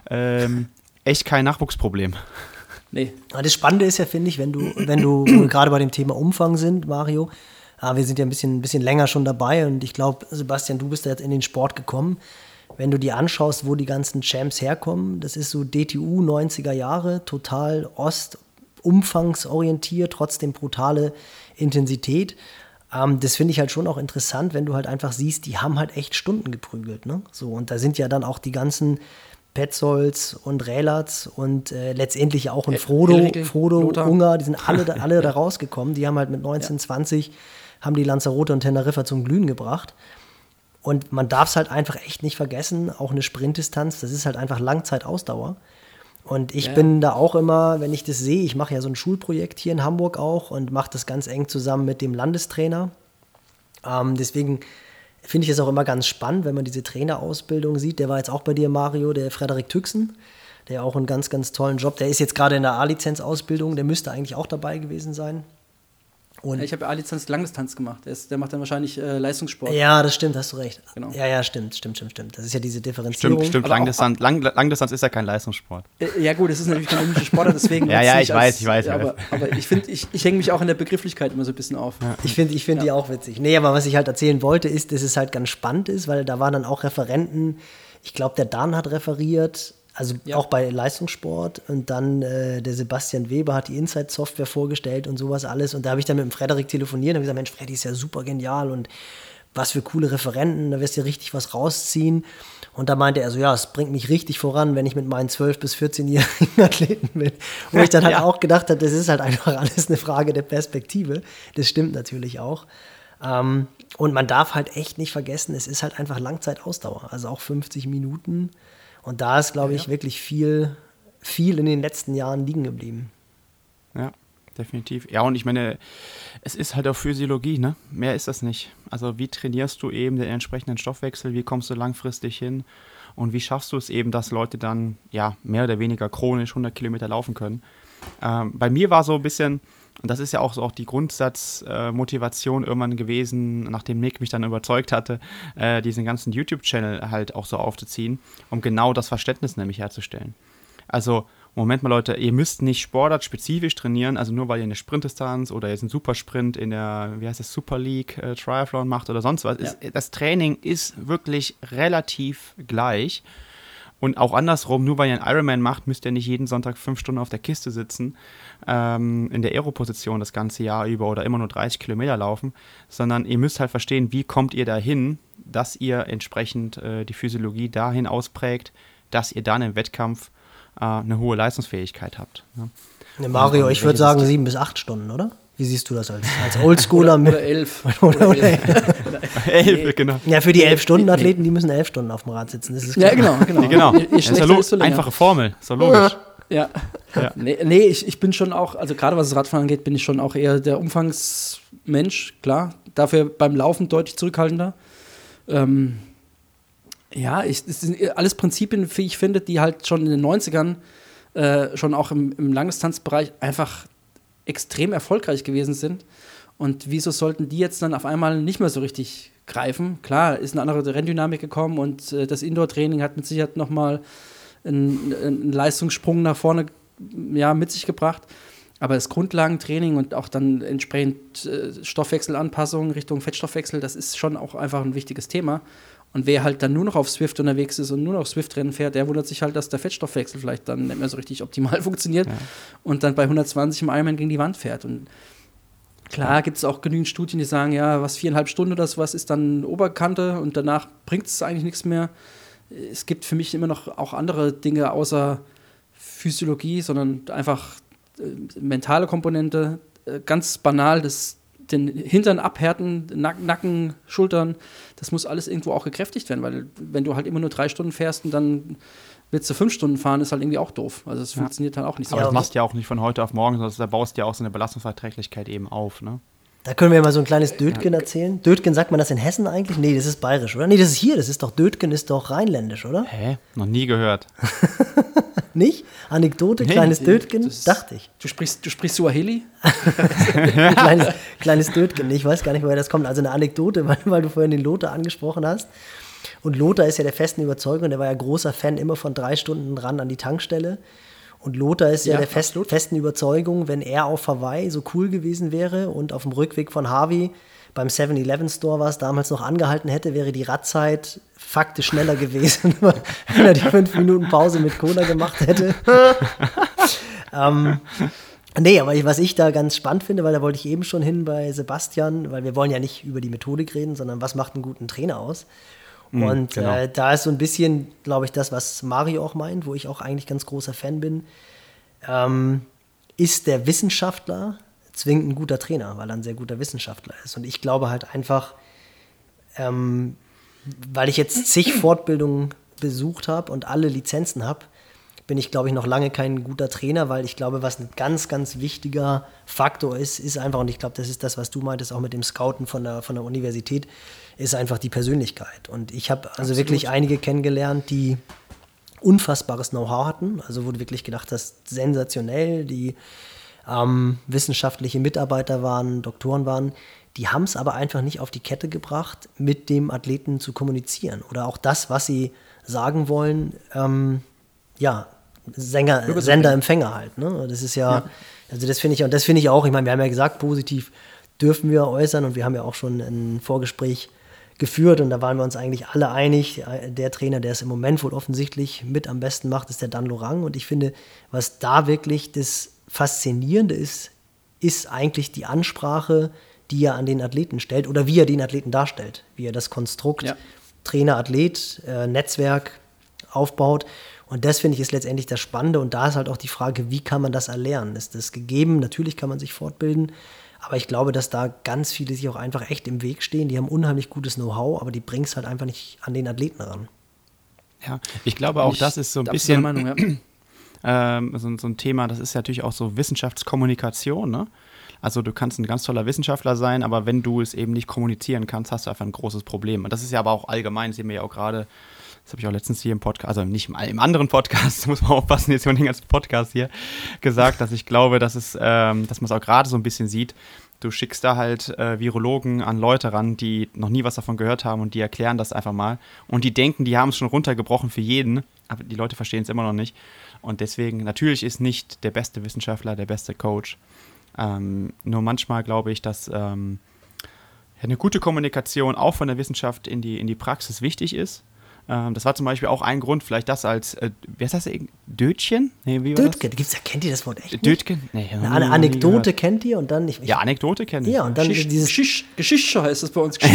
Speaker 1: echt kein Nachwuchsproblem.
Speaker 2: Nee.
Speaker 3: Aber das Spannende ist ja, finde ich, wenn du wo wir gerade bei dem Thema Umfang sind, Mario, wir sind ja ein bisschen länger schon dabei und ich glaube, Sebastian, du bist ja jetzt in den Sport gekommen. Wenn du dir anschaust, wo die ganzen Champs herkommen, das ist so DTU 90er Jahre, total umfangsorientiert, trotzdem brutale Intensität. Das finde ich halt schon auch interessant, wenn du halt einfach siehst, die haben halt echt Stunden geprügelt. Ne? So, und da sind ja dann auch die ganzen Petzolds und Rählerts und letztendlich auch ein Frodo Unger, die sind alle da rausgekommen. Die haben halt mit 19, 20 haben die Lanzarote und Teneriffa zum Glühen gebracht. Und man darf es halt einfach echt nicht vergessen, auch eine Sprintdistanz, das ist halt einfach Langzeitausdauer. Und ich bin da auch immer, wenn ich das sehe, ich mache ja so ein Schulprojekt hier in Hamburg auch und mache das ganz eng zusammen mit dem Landestrainer. Deswegen finde ich es auch immer ganz spannend, wenn man diese Trainerausbildung sieht. Der war jetzt auch bei dir, Mario, der Frederik Tüxen, der auch einen ganz, ganz tollen Job, der ist jetzt gerade in der A-Lizenz-Ausbildung, der müsste eigentlich auch dabei gewesen sein. Und
Speaker 2: ich habe A-Lizenz Langdistanz gemacht. Der macht dann wahrscheinlich Leistungssport.
Speaker 3: Ja, das stimmt, hast du recht.
Speaker 2: Genau.
Speaker 3: Ja, stimmt. Das ist ja diese Differenzierung.
Speaker 1: Stimmt. Langdistanz ist ja kein Leistungssport.
Speaker 2: Ja gut, es ist natürlich kein olympischer Sportler, deswegen.
Speaker 1: Ich weiß.
Speaker 2: Aber ich finde, ich hänge mich auch in der Begrifflichkeit immer so ein bisschen auf.
Speaker 3: Ja. Ich finde die auch witzig. Nee, aber was ich halt erzählen wollte, ist, dass es halt ganz spannend ist, weil da waren dann auch Referenten. Ich glaube, der Dan hat referiert, also auch bei Leistungssport, und dann der Sebastian Weber hat die Insight-Software vorgestellt und sowas alles, und da habe ich dann mit dem Frederik telefoniert und habe gesagt, Mensch, Freddy ist ja super genial und was für coole Referenten, da wirst du richtig was rausziehen. Und da meinte er so, ja, es bringt mich richtig voran, wenn ich mit meinen 12- bis 14-jährigen Athleten bin. Wo ich dann halt auch gedacht habe, das ist halt einfach alles eine Frage der Perspektive. Das stimmt natürlich auch. Und man darf halt echt nicht vergessen, es ist halt einfach Langzeitausdauer, also auch 50 Minuten. Und da ist, glaube ich, wirklich viel in den letzten Jahren liegen geblieben.
Speaker 1: Ja, definitiv. Ja, und ich meine, es ist halt auch Physiologie, ne? Mehr ist das nicht. Also wie trainierst du eben den entsprechenden Stoffwechsel, wie kommst du langfristig hin und wie schaffst du es eben, dass Leute dann ja mehr oder weniger chronisch 100 Kilometer laufen können. Bei mir war so ein bisschen, und das ist ja auch so auch die Grundsatzmotivation irgendwann gewesen, nachdem Nick mich dann überzeugt hatte, diesen ganzen YouTube-Channel halt auch so aufzuziehen, um genau das Verständnis nämlich herzustellen. Also, Moment mal Leute, ihr müsst nicht sportartspezifisch trainieren, also nur weil ihr eine Sprintdistanz oder jetzt einen Supersprint in der, Super League Triathlon macht oder sonst was. Ja. Das Training ist wirklich relativ gleich. Und auch andersrum, nur weil ihr einen Ironman macht, müsst ihr nicht jeden Sonntag 5 Stunden auf der Kiste sitzen, in der Aero-Position das ganze Jahr über oder immer nur 30 Kilometer laufen, sondern ihr müsst halt verstehen, wie kommt ihr dahin, dass ihr entsprechend die Physiologie dahin ausprägt, dass ihr dann im Wettkampf eine hohe Leistungsfähigkeit habt. Ja.
Speaker 3: Ne, Mario, ich würde sagen 7 bis 8 Stunden, oder? Wie siehst du das als Oldschooler?
Speaker 2: Oder 11.
Speaker 3: Oder
Speaker 1: 11, genau.
Speaker 3: Ja, für die 11-Stunden-Athleten, die müssen 11 Stunden auf dem Rad sitzen. Das ist klar.
Speaker 2: Ja, genau.
Speaker 1: Das ist so einfache Formel, so logisch.
Speaker 2: Ja. Nee, ich bin schon auch, also gerade was das Radfahren angeht, bin ich schon auch eher der Umfangsmensch, klar. Dafür beim Laufen deutlich zurückhaltender. Es sind alles Prinzipien, wie ich finde, die halt schon in den 90ern schon auch im Langdistanzbereich einfach extrem erfolgreich gewesen sind. Und wieso sollten die jetzt dann auf einmal nicht mehr so richtig greifen? Klar, ist eine andere Renndynamik gekommen und das Indoor-Training hat mit Sicherheit nochmal einen Leistungssprung nach vorne mit sich gebracht. Aber das Grundlagentraining und auch dann entsprechend Stoffwechselanpassungen Richtung Fettstoffwechsel, das ist schon auch einfach ein wichtiges Thema. Und wer halt dann nur noch auf Swift unterwegs ist und nur noch Swift-Rennen fährt, der wundert sich halt, dass der Fettstoffwechsel vielleicht dann nicht mehr so richtig optimal funktioniert und dann bei 120 im Ironman gegen die Wand fährt. Und klar gibt es auch genügend Studien, die sagen, ja, 4,5 Stunden oder sowas ist dann Oberkante und danach bringt es eigentlich nichts mehr. Es gibt für mich immer noch auch andere Dinge außer Physiologie, sondern einfach mentale Komponente, ganz banal, den Hintern abhärten, Nacken, Schultern, das muss alles irgendwo auch gekräftigt werden, weil wenn du halt immer nur 3 Stunden fährst und dann willst du 5 Stunden fahren, ist halt irgendwie auch doof. Also es funktioniert halt auch nicht so.
Speaker 1: Aber das machst du ja auch nicht von heute auf morgen, sondern da baust du ja auch so eine Belastungsverträglichkeit eben auf, ne?
Speaker 3: Da können wir mal so ein kleines Dötgen erzählen. Dötgen, sagt man das in Hessen eigentlich? Nee, das ist bayerisch, oder? Nee, das ist hier, das ist doch Dötgen, ist doch rheinländisch, oder?
Speaker 1: Hä? Noch nie gehört.
Speaker 3: Nicht? Anekdote, kleines Dötgen, dachte ich.
Speaker 2: Du sprichst Suaheli?
Speaker 3: kleines Dötgen, ich weiß gar nicht, woher das kommt. Also eine Anekdote, weil du vorhin den Lothar angesprochen hast. Und Lothar ist ja der festen Überzeugung, der war ja großer Fan immer von 3 Stunden ran an die Tankstelle. Und Lothar ist ja der festen Überzeugung, wenn er auf Hawaii so cool gewesen wäre und auf dem Rückweg von Harvey beim 7-Eleven-Store war es damals noch angehalten hätte, wäre die Radzeit faktisch schneller gewesen, wenn er die 5 Minuten Pause mit Cola gemacht hätte. Nee, aber was ich da ganz spannend finde, weil da wollte ich eben schon hin bei Sebastian, weil wir wollen ja nicht über die Methodik reden, sondern was macht einen guten Trainer aus? Und genau. Da ist so ein bisschen, glaube ich, das, was Mario auch meint, wo ich auch eigentlich ganz großer Fan bin, ist der Wissenschaftler zwingend ein guter Trainer, weil er ein sehr guter Wissenschaftler ist. Und ich glaube halt einfach, weil ich jetzt zig Fortbildungen besucht habe und alle Lizenzen habe, bin ich, glaube ich, noch lange kein guter Trainer, weil ich glaube, was ein ganz, ganz wichtiger Faktor ist einfach, und ich glaube, das ist das, was du meintest, auch mit dem Scouten von der Universität, ist einfach die Persönlichkeit. Und ich habe also wirklich einige kennengelernt, die unfassbares Know-how hatten, also wo du wirklich gedacht hast, sensationell, die wissenschaftliche Mitarbeiter waren, Doktoren waren, die haben es aber einfach nicht auf die Kette gebracht, mit dem Athleten zu kommunizieren oder auch das, was sie sagen wollen, Sender, Empfänger halt. Ne? Das ist ja, also das finde ich auch, ich meine, wir haben ja gesagt, positiv dürfen wir äußern und wir haben ja auch schon ein Vorgespräch geführt und da waren wir uns eigentlich alle einig, der Trainer, der es im Moment wohl offensichtlich mit am besten macht, ist der Dan Lorang und ich finde, was da wirklich das Faszinierende ist eigentlich die Ansprache, die er an den Athleten stellt oder wie er den Athleten darstellt, wie er das Konstrukt Trainer, Athlet, Netzwerk aufbaut. Und das, finde ich, ist letztendlich das Spannende. Und da ist halt auch die Frage, wie kann man das erlernen? Ist das gegeben? Natürlich kann man sich fortbilden. Aber ich glaube, dass da ganz viele sich auch einfach echt im Weg stehen. Die haben unheimlich gutes Know-how, aber die bringen es halt einfach nicht an den Athleten ran.
Speaker 1: Ja, ich glaube auch, das ist so ein bisschen Meinung, so ein Thema, das ist ja natürlich auch so Wissenschaftskommunikation, ne? Also du kannst ein ganz toller Wissenschaftler sein, aber wenn du es eben nicht kommunizieren kannst, hast du einfach ein großes Problem. Und das ist ja aber auch allgemein, sehen wir ja auch gerade, das habe ich auch letztens hier im Podcast, also nicht im anderen Podcast, muss man aufpassen, jetzt über den ganzen Podcast hier, gesagt, dass ich glaube, dass man es auch gerade so ein bisschen sieht. Du schickst da halt Virologen an Leute ran, die noch nie was davon gehört haben und die erklären das einfach mal. Und die denken, die haben es schon runtergebrochen für jeden, aber die Leute verstehen es immer noch nicht. Und deswegen, natürlich ist nicht der beste Wissenschaftler der beste Coach. Nur manchmal glaube ich, dass eine gute Kommunikation auch von der Wissenschaft in die Praxis wichtig ist. Das war zum Beispiel auch ein Grund, vielleicht das als, wie heißt das, Dötchen? Nee, wie war
Speaker 3: Dötgen, kennt ihr das Wort echt nicht?
Speaker 1: Dötgen? Nee,
Speaker 3: eine Anekdote kennt ihr und dann nicht.
Speaker 1: Ja, Anekdote kennt ihr.
Speaker 3: Ja, und dann
Speaker 2: Geschichte heißt das bei uns.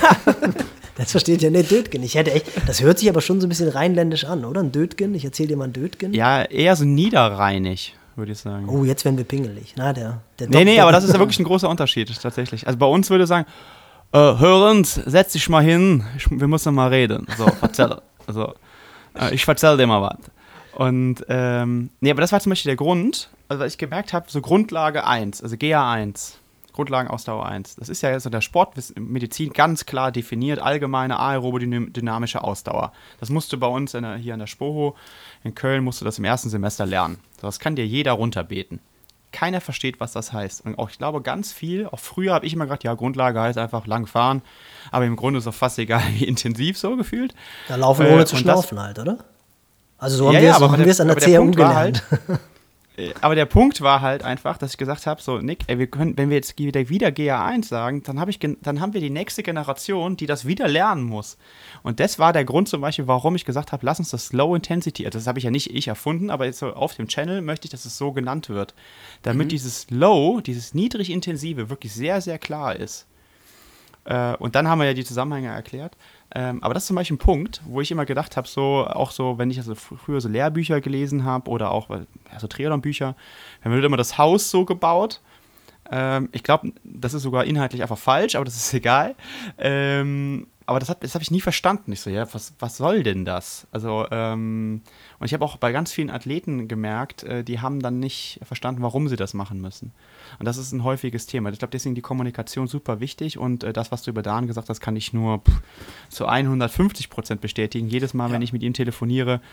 Speaker 3: Das versteht ja nicht Dötgen. Das hört sich aber schon so ein bisschen rheinländisch an, oder? Ein Dötgen, ich erzähle dir mal ein Dötgen.
Speaker 1: Ja, eher so niederrheinig, würde ich sagen.
Speaker 3: Oh, jetzt werden wir pingelig. Na,
Speaker 1: Nee, aber das ist ja wirklich ein großer Unterschied, tatsächlich. Also bei uns würde ich sagen, Hörens, setz dich mal hin, wir müssen mal reden. So, erzähl. Also, ich erzähl dir mal was. Und, aber das war zum Beispiel der Grund, also weil ich gemerkt habe, so Grundlage 1, also GA1, Grundlagenausdauer 1, das ist ja so der Sportmedizin ganz klar definiert, allgemeine aerobe-dynamische Ausdauer. Das musst du bei uns hier an der Spoho in Köln, musst du das im ersten Semester lernen. So, das kann dir jeder runterbeten. Keiner versteht, was das heißt. Und auch, ich glaube, ganz viel, auch früher habe ich immer gedacht, ja, Grundlage heißt einfach lang fahren, aber im Grunde ist auch fast egal, wie intensiv so gefühlt.
Speaker 3: Da laufen ohne zu schnaufen halt, oder? Also so haben wir es an der CHU gelernt.
Speaker 1: Aber der Punkt war halt einfach, dass ich gesagt habe, so Nick, wenn wir jetzt wieder GA1 sagen, dann haben wir die nächste Generation, die das wieder lernen muss. Und das war der Grund zum Beispiel, warum ich gesagt habe, lass uns das Low Intensity, das habe ich ja nicht ich erfunden, aber jetzt so auf dem Channel möchte ich, dass es so genannt wird. Damit dieses Low, dieses niedrig intensive wirklich sehr, sehr klar ist. Und dann haben wir ja die Zusammenhänge erklärt. Aber das ist zum Beispiel ein Punkt, wo ich immer gedacht habe, wenn ich also früher so Lehrbücher gelesen habe oder auch so Triathlon-Bücher, dann wird immer das Haus so gebaut. Ich glaube, das ist sogar inhaltlich einfach falsch, aber das ist egal. aber das habe ich nie verstanden. Ich so, ja, was soll denn das? Also, und ich habe auch bei ganz vielen Athleten gemerkt, die haben dann nicht verstanden, warum sie das machen müssen. Und das ist ein häufiges Thema. Ich glaube, deswegen die Kommunikation super wichtig und das, was du über Dan gesagt hast, kann ich nur zu 150% bestätigen. Jedes Mal, wenn ich mit ihm telefoniere,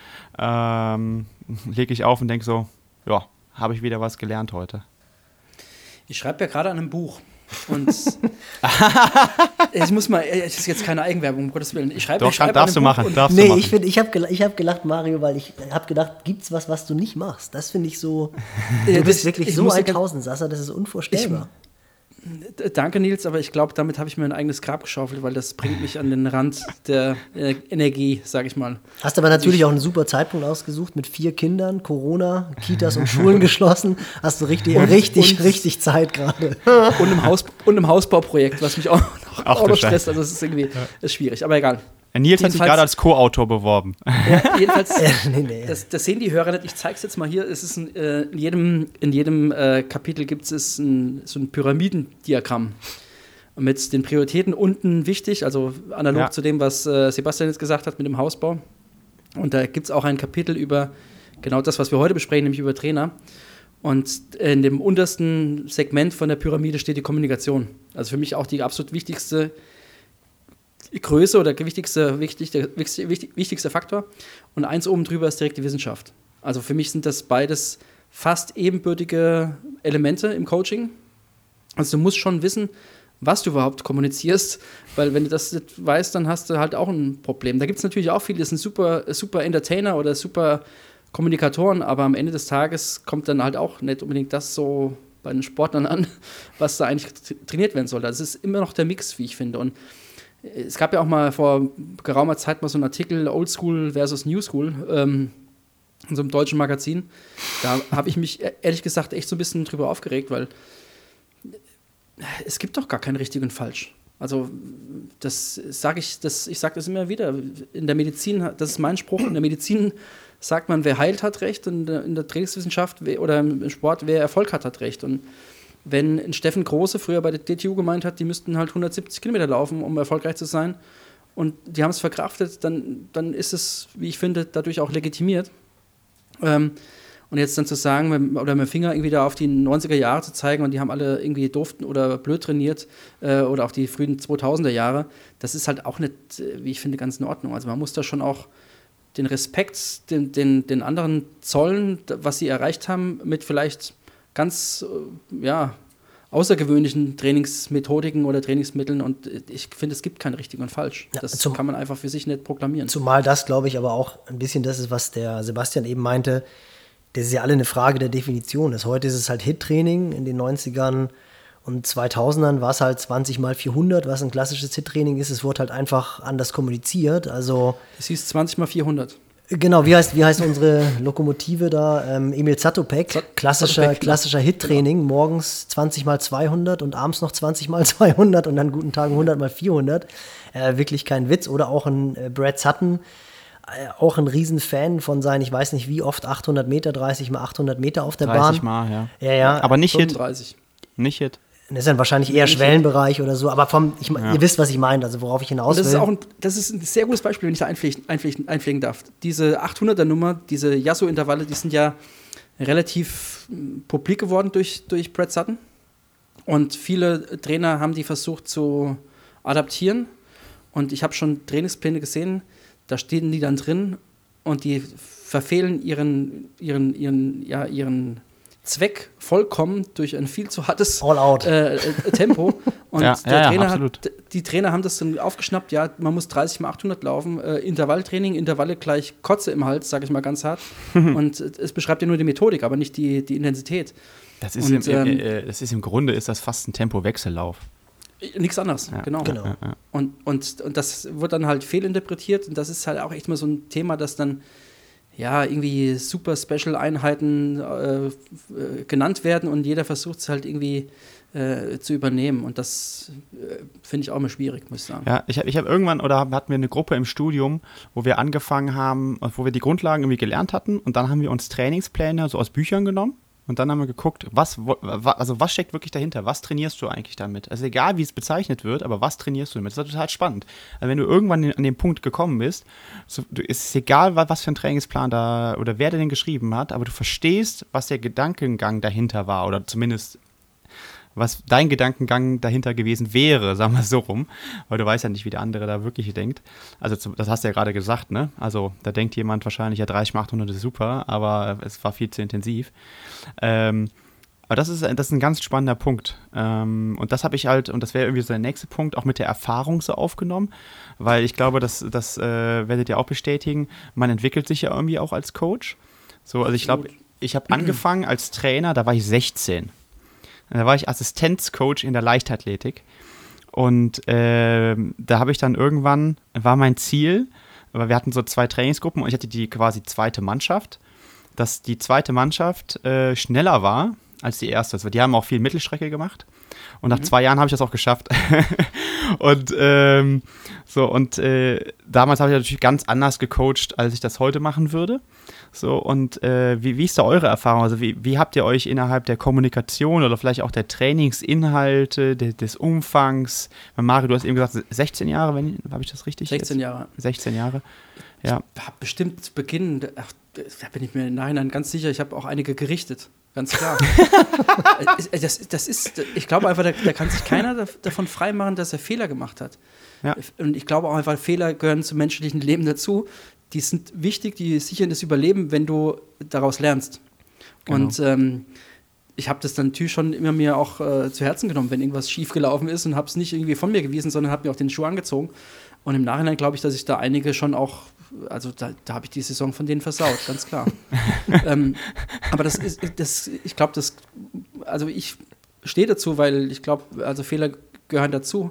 Speaker 1: lege ich auf und denke so, ja, habe ich wieder was gelernt heute.
Speaker 2: Ich schreibe ja gerade an einem Buch. Und ich muss mal, es ist jetzt keine Eigenwerbung, um Gottes Willen.
Speaker 1: Darfst du machen.
Speaker 3: Ich habe gelacht, Mario, weil ich habe gedacht, gibt's was du nicht machst? Das finde ich so, du bist wirklich so ein Tausendsasser, das ist unvorstellbar.
Speaker 2: Danke, Nils, aber ich glaube, damit habe ich mir ein eigenes Grab geschaufelt, weil das bringt mich an den Rand der Energie, sage ich mal.
Speaker 3: Hast aber natürlich auch einen super Zeitpunkt ausgesucht mit 4 Kindern, Corona, Kitas und Schulen geschlossen. Hast du richtig Zeit gerade.
Speaker 2: Und im Hausbauprojekt, was mich auch noch stresst. Also es ist irgendwie ist schwierig, aber egal.
Speaker 1: Nils hat sich gerade als Co-Autor beworben.
Speaker 2: Ja, jedenfalls, das sehen die Hörer nicht. Ich zeige es jetzt mal hier. Es ist in jedem Kapitel gibt es so ein Pyramidendiagramm mit den Prioritäten unten wichtig, also analog zu dem, was Sebastian jetzt gesagt hat mit dem Hausbau. Und da gibt es auch ein Kapitel über genau das, was wir heute besprechen, nämlich über Trainer. Und in dem untersten Segment von der Pyramide steht die Kommunikation. Also für mich auch die absolut wichtigste Größe oder wichtigster Faktor. Und eins oben drüber ist direkt die Wissenschaft. Also für mich sind das beides fast ebenbürtige Elemente im Coaching. Also du musst schon wissen, was du überhaupt kommunizierst, weil wenn du das nicht weißt, dann hast du halt auch ein Problem. Da gibt es natürlich auch viele, die sind super Entertainer oder super Kommunikatoren, aber am Ende des Tages kommt dann halt auch nicht unbedingt das so bei den Sportlern an, was da eigentlich trainiert werden soll. Das ist immer noch der Mix, wie ich finde. Und es gab ja auch mal vor geraumer Zeit mal so einen Artikel Old School versus New School in so einem deutschen Magazin. Da habe ich mich ehrlich gesagt echt so ein bisschen drüber aufgeregt, weil es gibt doch gar kein richtig und falsch. Also ich sage das immer wieder. In der Medizin, das ist mein Spruch, in der Medizin sagt man, wer heilt, hat Recht, und in der Trainingswissenschaft oder im Sport, wer Erfolg hat Recht. Und wenn ein Steffen Große früher bei der DTU gemeint hat, die müssten halt 170 Kilometer laufen, um erfolgreich zu sein, und die haben es verkraftet, dann ist es, wie ich finde, dadurch auch legitimiert. Und jetzt dann zu sagen, oder mit dem Finger irgendwie da auf die 90er Jahre zu zeigen, und die haben alle irgendwie doof oder blöd trainiert, oder auch die frühen 2000er Jahre, das ist halt auch nicht, wie ich finde, ganz in Ordnung. Also man muss da schon auch den Respekt den anderen zollen, was sie erreicht haben, mit vielleicht ganz außergewöhnlichen Trainingsmethodiken oder Trainingsmitteln, und ich finde, es gibt kein richtig und falsch. Ja, das kann man einfach für sich nicht proklamieren.
Speaker 3: Zumal das, glaube ich, aber auch ein bisschen das ist, was der Sebastian eben meinte, das ist ja alle eine Frage der Definition. Heute ist es halt HIIT-Training, in den 90ern und 2000ern war es halt 20x400, was ein klassisches HIIT-Training ist. Es wurde halt einfach anders kommuniziert. Also
Speaker 2: es hieß 20x400.
Speaker 3: Genau, wie heißt unsere Lokomotive da? Emil Zatopek, klassischer HIIT-Training, morgens 20x200 und abends noch 20x200 und an guten Tagen 100x400. Wirklich kein Witz. Oder auch ein Brad Sutton, auch ein Riesenfan von seinen, ich weiß nicht wie oft, 800 Meter, 30x800 Meter auf der
Speaker 1: 30
Speaker 3: Bahn.
Speaker 1: 30 Mal, ja.
Speaker 3: Ja.
Speaker 1: Aber nicht
Speaker 2: 35.
Speaker 1: Nicht HIIT.
Speaker 3: Das ist dann wahrscheinlich eher Schwellenbereich oder so, aber ihr wisst, was ich meine, also worauf ich hinaus will.
Speaker 2: Das ist ein sehr gutes Beispiel, wenn ich da einpflegen darf. Diese 800er-Nummer, diese Yasso-Intervalle, die sind ja relativ publik geworden durch Brad Sutton. Und viele Trainer haben die versucht zu adaptieren. Und ich habe schon Trainingspläne gesehen, da stehen die dann drin und die verfehlen ihren Zweck vollkommen durch ein viel zu hartes Tempo. Und die Trainer haben das dann aufgeschnappt, ja, man muss 30x800 laufen, Intervalltraining, Intervalle gleich Kotze im Hals, sage ich mal ganz hart. Und es beschreibt ja nur die Methodik, aber nicht die Intensität.
Speaker 1: Das ist im Grunde ist das fast ein Tempowechsellauf.
Speaker 2: Nichts anderes, genau.
Speaker 1: Ja.
Speaker 2: Und das wird dann halt fehlinterpretiert, und das ist halt auch echt mal so ein Thema, das dann irgendwie super Special-Einheiten genannt werden, und jeder versucht es halt irgendwie zu übernehmen, und das finde ich auch immer schwierig, muss ich sagen.
Speaker 1: Ja, ich hab irgendwann, oder hatten wir eine Gruppe im Studium, wo wir angefangen haben, wo wir die Grundlagen irgendwie gelernt hatten, und dann haben wir uns Trainingspläne so aus Büchern genommen, und dann haben wir geguckt, was steckt wirklich dahinter? Was trainierst du eigentlich damit? Also egal, wie es bezeichnet wird, aber was trainierst du damit? Das ist total spannend. Also wenn du irgendwann an den Punkt gekommen bist, ist es egal, was für ein Trainingsplan da oder wer den geschrieben hat, aber du verstehst, was der Gedankengang dahinter war oder zumindest was dein Gedankengang dahinter gewesen wäre, sagen wir es so rum, weil du weißt ja nicht, wie der andere da wirklich denkt. Also das hast du ja gerade gesagt, ne? Also da denkt jemand wahrscheinlich, ja 30x800 ist super, aber es war viel zu intensiv. Aber das ist ein ganz spannender Punkt. Und das habe ich halt, und das wäre irgendwie so der nächste Punkt, auch mit der Erfahrung so aufgenommen, weil ich glaube, das werdet ihr auch bestätigen, man entwickelt sich ja irgendwie auch als Coach. So, also ich glaube, ich habe angefangen als Trainer, da war ich 16. Da war ich Assistenzcoach in der Leichtathletik und da habe ich dann irgendwann, war mein Ziel, aber wir hatten so 2 Trainingsgruppen und ich hatte die quasi zweite Mannschaft, dass die zweite Mannschaft schneller war als die erste. Also die haben auch viel Mittelstrecke gemacht und nach 2 Jahren habe ich das auch geschafft. Und damals habe ich natürlich ganz anders gecoacht, als ich das heute machen würde. So, und wie ist da eure Erfahrung? Also wie habt ihr euch innerhalb der Kommunikation oder vielleicht auch der Trainingsinhalte, des Umfangs, Mario, du hast eben gesagt, 16 Jahre, habe ich das richtig?
Speaker 2: 16 Jahre.
Speaker 1: 16 Jahre, ja.
Speaker 2: Ich habe bestimmt zu Beginn, da bin ich mir im Nachhinein ganz sicher, ich habe auch einige gerichtet, ganz klar. Ich glaube einfach, da kann sich keiner davon freimachen, dass er Fehler gemacht hat. Ja. Und ich glaube auch einfach, Fehler gehören zum menschlichen Leben dazu. Die sind wichtig, die sichern das Überleben, wenn du daraus lernst. Genau. Und ich habe das dann natürlich schon immer mir auch zu Herzen genommen, wenn irgendwas schief gelaufen ist und habe es nicht irgendwie von mir gewiesen, sondern habe mir auch den Schuh angezogen. Und im Nachhinein glaube ich, dass ich da einige schon auch, also da habe ich die Saison von denen versaut, ganz klar. Aber ich glaube, also ich stehe dazu, weil ich glaube, also Fehler gehören dazu.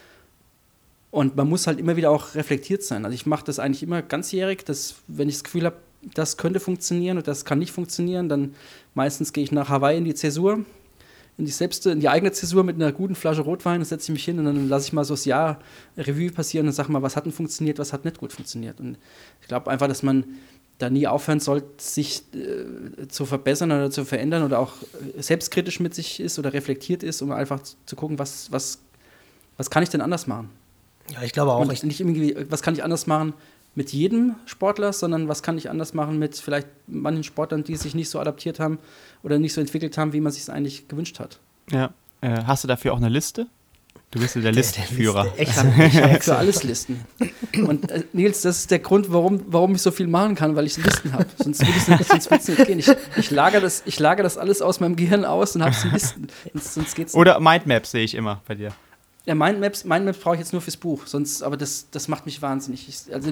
Speaker 2: Und man muss halt immer wieder auch reflektiert sein. Also ich mache das eigentlich immer ganzjährig, dass wenn ich das Gefühl habe, das könnte funktionieren und das kann nicht funktionieren, dann meistens gehe ich nach Hawaii in die Zäsur, in die eigene Zäsur mit einer guten Flasche Rotwein, dann setze ich mich hin und dann lasse ich mal so das Jahr Revue passieren und sage mal, was hat denn funktioniert, was hat nicht gut funktioniert. Und ich glaube einfach, dass man da nie aufhören sollte, sich zu verbessern oder zu verändern oder auch selbstkritisch mit sich ist oder reflektiert ist, um einfach zu gucken, was kann ich denn anders machen.
Speaker 3: Ja, ich glaube auch.
Speaker 2: Und nicht irgendwie, was kann ich anders machen mit jedem Sportler, sondern was kann ich anders machen mit vielleicht manchen Sportlern, die sich nicht so adaptiert haben oder nicht so entwickelt haben, wie man sich es eigentlich gewünscht hat.
Speaker 1: Ja. Hast du dafür auch eine Liste? Du bist ja der Listenführer.
Speaker 2: Ich habe für alles Listen. Und Nils, das ist der Grund, warum ich so viel machen kann, weil ich Listen habe. Sonst würde es nicht gehen. Ich lagere das alles aus meinem Gehirn aus und habe es in Listen. Sonst geht's nicht.
Speaker 1: Oder Mindmaps sehe ich immer bei dir.
Speaker 2: Ja, Mindmaps brauche ich jetzt nur fürs Buch, aber das macht mich wahnsinnig.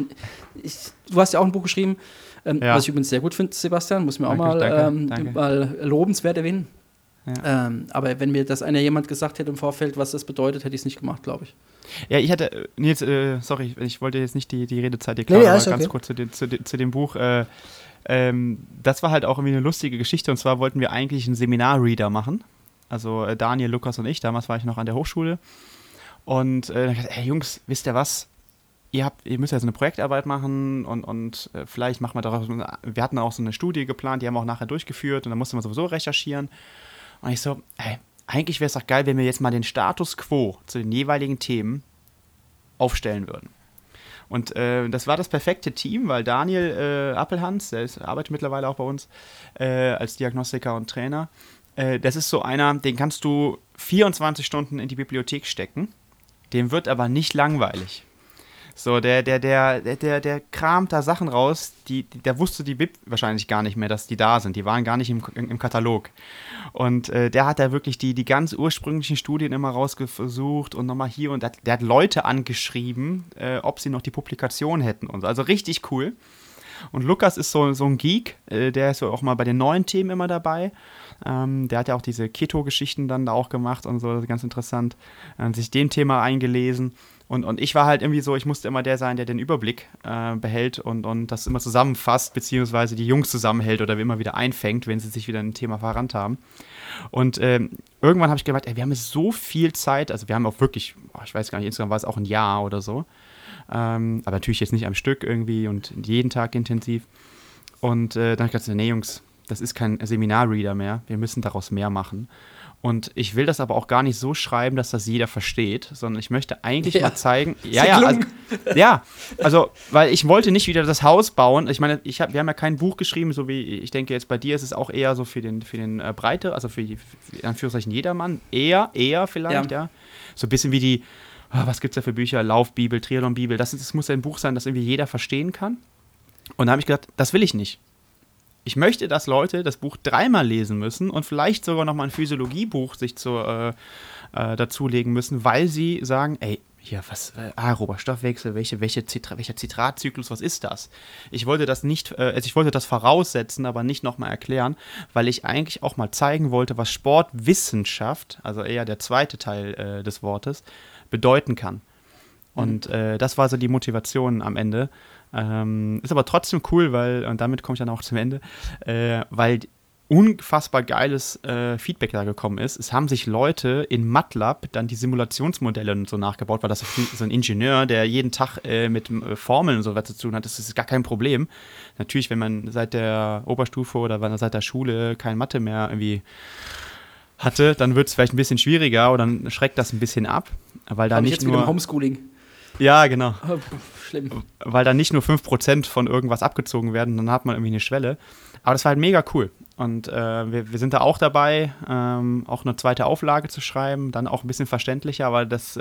Speaker 2: Du hast ja auch ein Buch geschrieben, was ich übrigens sehr gut finde, Sebastian, muss mir auch mal lobenswert erwähnen. Ja. Aber wenn mir das jemand gesagt hätte im Vorfeld, was das bedeutet, hätte ich es nicht gemacht, glaube ich.
Speaker 1: Ja, ich hatte, Nils, sorry, ich wollte jetzt nicht die Redezeit dir klauen, aber ganz kurz zu dem Buch. Das war halt auch irgendwie eine lustige Geschichte, und zwar wollten wir eigentlich einen Seminarreader machen. Also Daniel, Lukas und ich, damals war ich noch an der Hochschule. Und dann habe ich gesagt, hey Jungs, wisst ihr was? Ihr müsst ja so eine Projektarbeit machen und vielleicht machen wir daraus. Wir hatten auch so eine Studie geplant, die haben wir auch nachher durchgeführt und dann musste man sowieso recherchieren. Und ich so, hey, eigentlich wäre es doch geil, wenn wir jetzt mal den Status quo zu den jeweiligen Themen aufstellen würden. Und das war das perfekte Team, weil Daniel Appelhans, der arbeitet mittlerweile auch bei uns als Diagnostiker und Trainer. Das ist so einer, den kannst du 24 Stunden in die Bibliothek stecken. Dem wird aber nicht langweilig. So, der kramt da Sachen raus, der wusste die Bib wahrscheinlich gar nicht mehr, dass die da sind. Die waren gar nicht im Katalog. Und der hat da wirklich die ganz ursprünglichen Studien immer rausgesucht und nochmal hier und der hat Leute angeschrieben, ob sie noch die Publikation hätten und so. Also richtig cool. Und Lukas ist so ein Geek, der ist so auch mal bei den neuen Themen immer dabei. Der hat ja auch diese Keto-Geschichten dann da auch gemacht und so, ganz interessant. Sich dem Thema eingelesen. Und ich war halt irgendwie so, ich musste immer der sein, der den Überblick behält und das immer zusammenfasst, beziehungsweise die Jungs zusammenhält oder immer wieder einfängt, wenn sie sich wieder ein Thema verrannt haben. Und irgendwann habe ich gedacht, wir haben jetzt so viel Zeit, also wir haben auch wirklich, ich weiß gar nicht, insgesamt war es auch ein Jahr oder so. Aber natürlich jetzt nicht am Stück irgendwie und jeden Tag intensiv. Und dann habe ich gedacht, nee Jungs, das ist kein Seminarreader mehr, wir müssen daraus mehr machen. Und ich will das aber auch gar nicht so schreiben, dass das jeder versteht, sondern ich möchte eigentlich mal zeigen, also, weil ich wollte nicht wieder das Haus bauen. Ich meine, wir haben ja kein Buch geschrieben, so wie ich denke jetzt bei dir ist es auch eher so für den Breite, also für in Anführungszeichen jedermann, eher vielleicht, ja. So ein bisschen wie die, was gibt's da für Bücher, Laufbibel, Triathlon-Bibel, das muss ein Buch sein, das irgendwie jeder verstehen kann. Und da habe ich gedacht, das will ich nicht. Ich möchte, dass Leute das Buch 3-mal lesen müssen und vielleicht sogar nochmal ein Physiologiebuch sich dazulegen müssen, weil sie sagen, ey, hier, was, aerober Stoffwechsel, welcher Zitratzyklus, was ist das? Ich wollte das nicht, ich wollte das voraussetzen, aber nicht nochmal erklären, weil ich eigentlich auch mal zeigen wollte, was Sportwissenschaft, also eher der zweite Teil des Wortes, bedeuten kann. Und das war so die Motivation am Ende. Ist aber trotzdem cool, weil, und damit komme ich dann auch zum Ende, weil unfassbar geiles Feedback da gekommen ist. Es haben sich Leute in MATLAB dann die Simulationsmodelle und so nachgebaut, weil das so ein Ingenieur, der jeden Tag mit Formeln und so was zu tun hat, das ist gar kein Problem. Natürlich, wenn man seit der Oberstufe oder seit der Schule kein Mathe mehr irgendwie hatte, dann wird es vielleicht ein bisschen schwieriger oder dann schreckt das ein bisschen ab, weil da nicht nur...
Speaker 2: Homeschooling.
Speaker 1: Ja, genau.
Speaker 2: Oh, schlimm.
Speaker 1: Weil da nicht nur 5% von irgendwas abgezogen werden, dann hat man irgendwie eine Schwelle. Aber das war halt mega cool. Und wir sind da auch dabei, auch eine zweite Auflage zu schreiben, dann auch ein bisschen verständlicher, aber das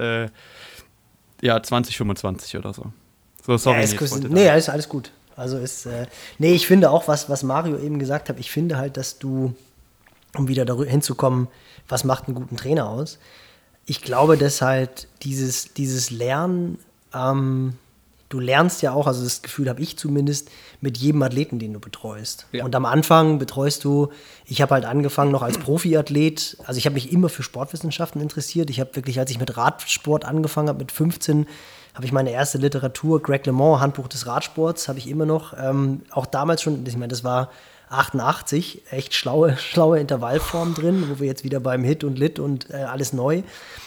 Speaker 1: 2025 oder so. So, sorry.
Speaker 3: Ja, ist alles gut. Also ich finde auch, was Mario eben gesagt hat, ich finde halt, dass du, um wieder darüber hinzukommen, was macht einen guten Trainer aus? Ich glaube, dass halt dieses Lernen, du lernst ja auch, also das Gefühl habe ich zumindest, mit jedem Athleten, den du betreust. Ja. Und am Anfang ich habe halt angefangen noch als Profiathlet, also ich habe mich immer für Sportwissenschaften interessiert. Ich habe wirklich, als ich mit Radsport angefangen habe, mit 15, habe ich meine erste Literatur, Greg LeMond, Handbuch des Radsports, habe ich immer noch, auch damals schon, ich meine, das war 88, echt schlaue Intervallform drin, wo wir jetzt wieder beim Hit und Lit und alles neu.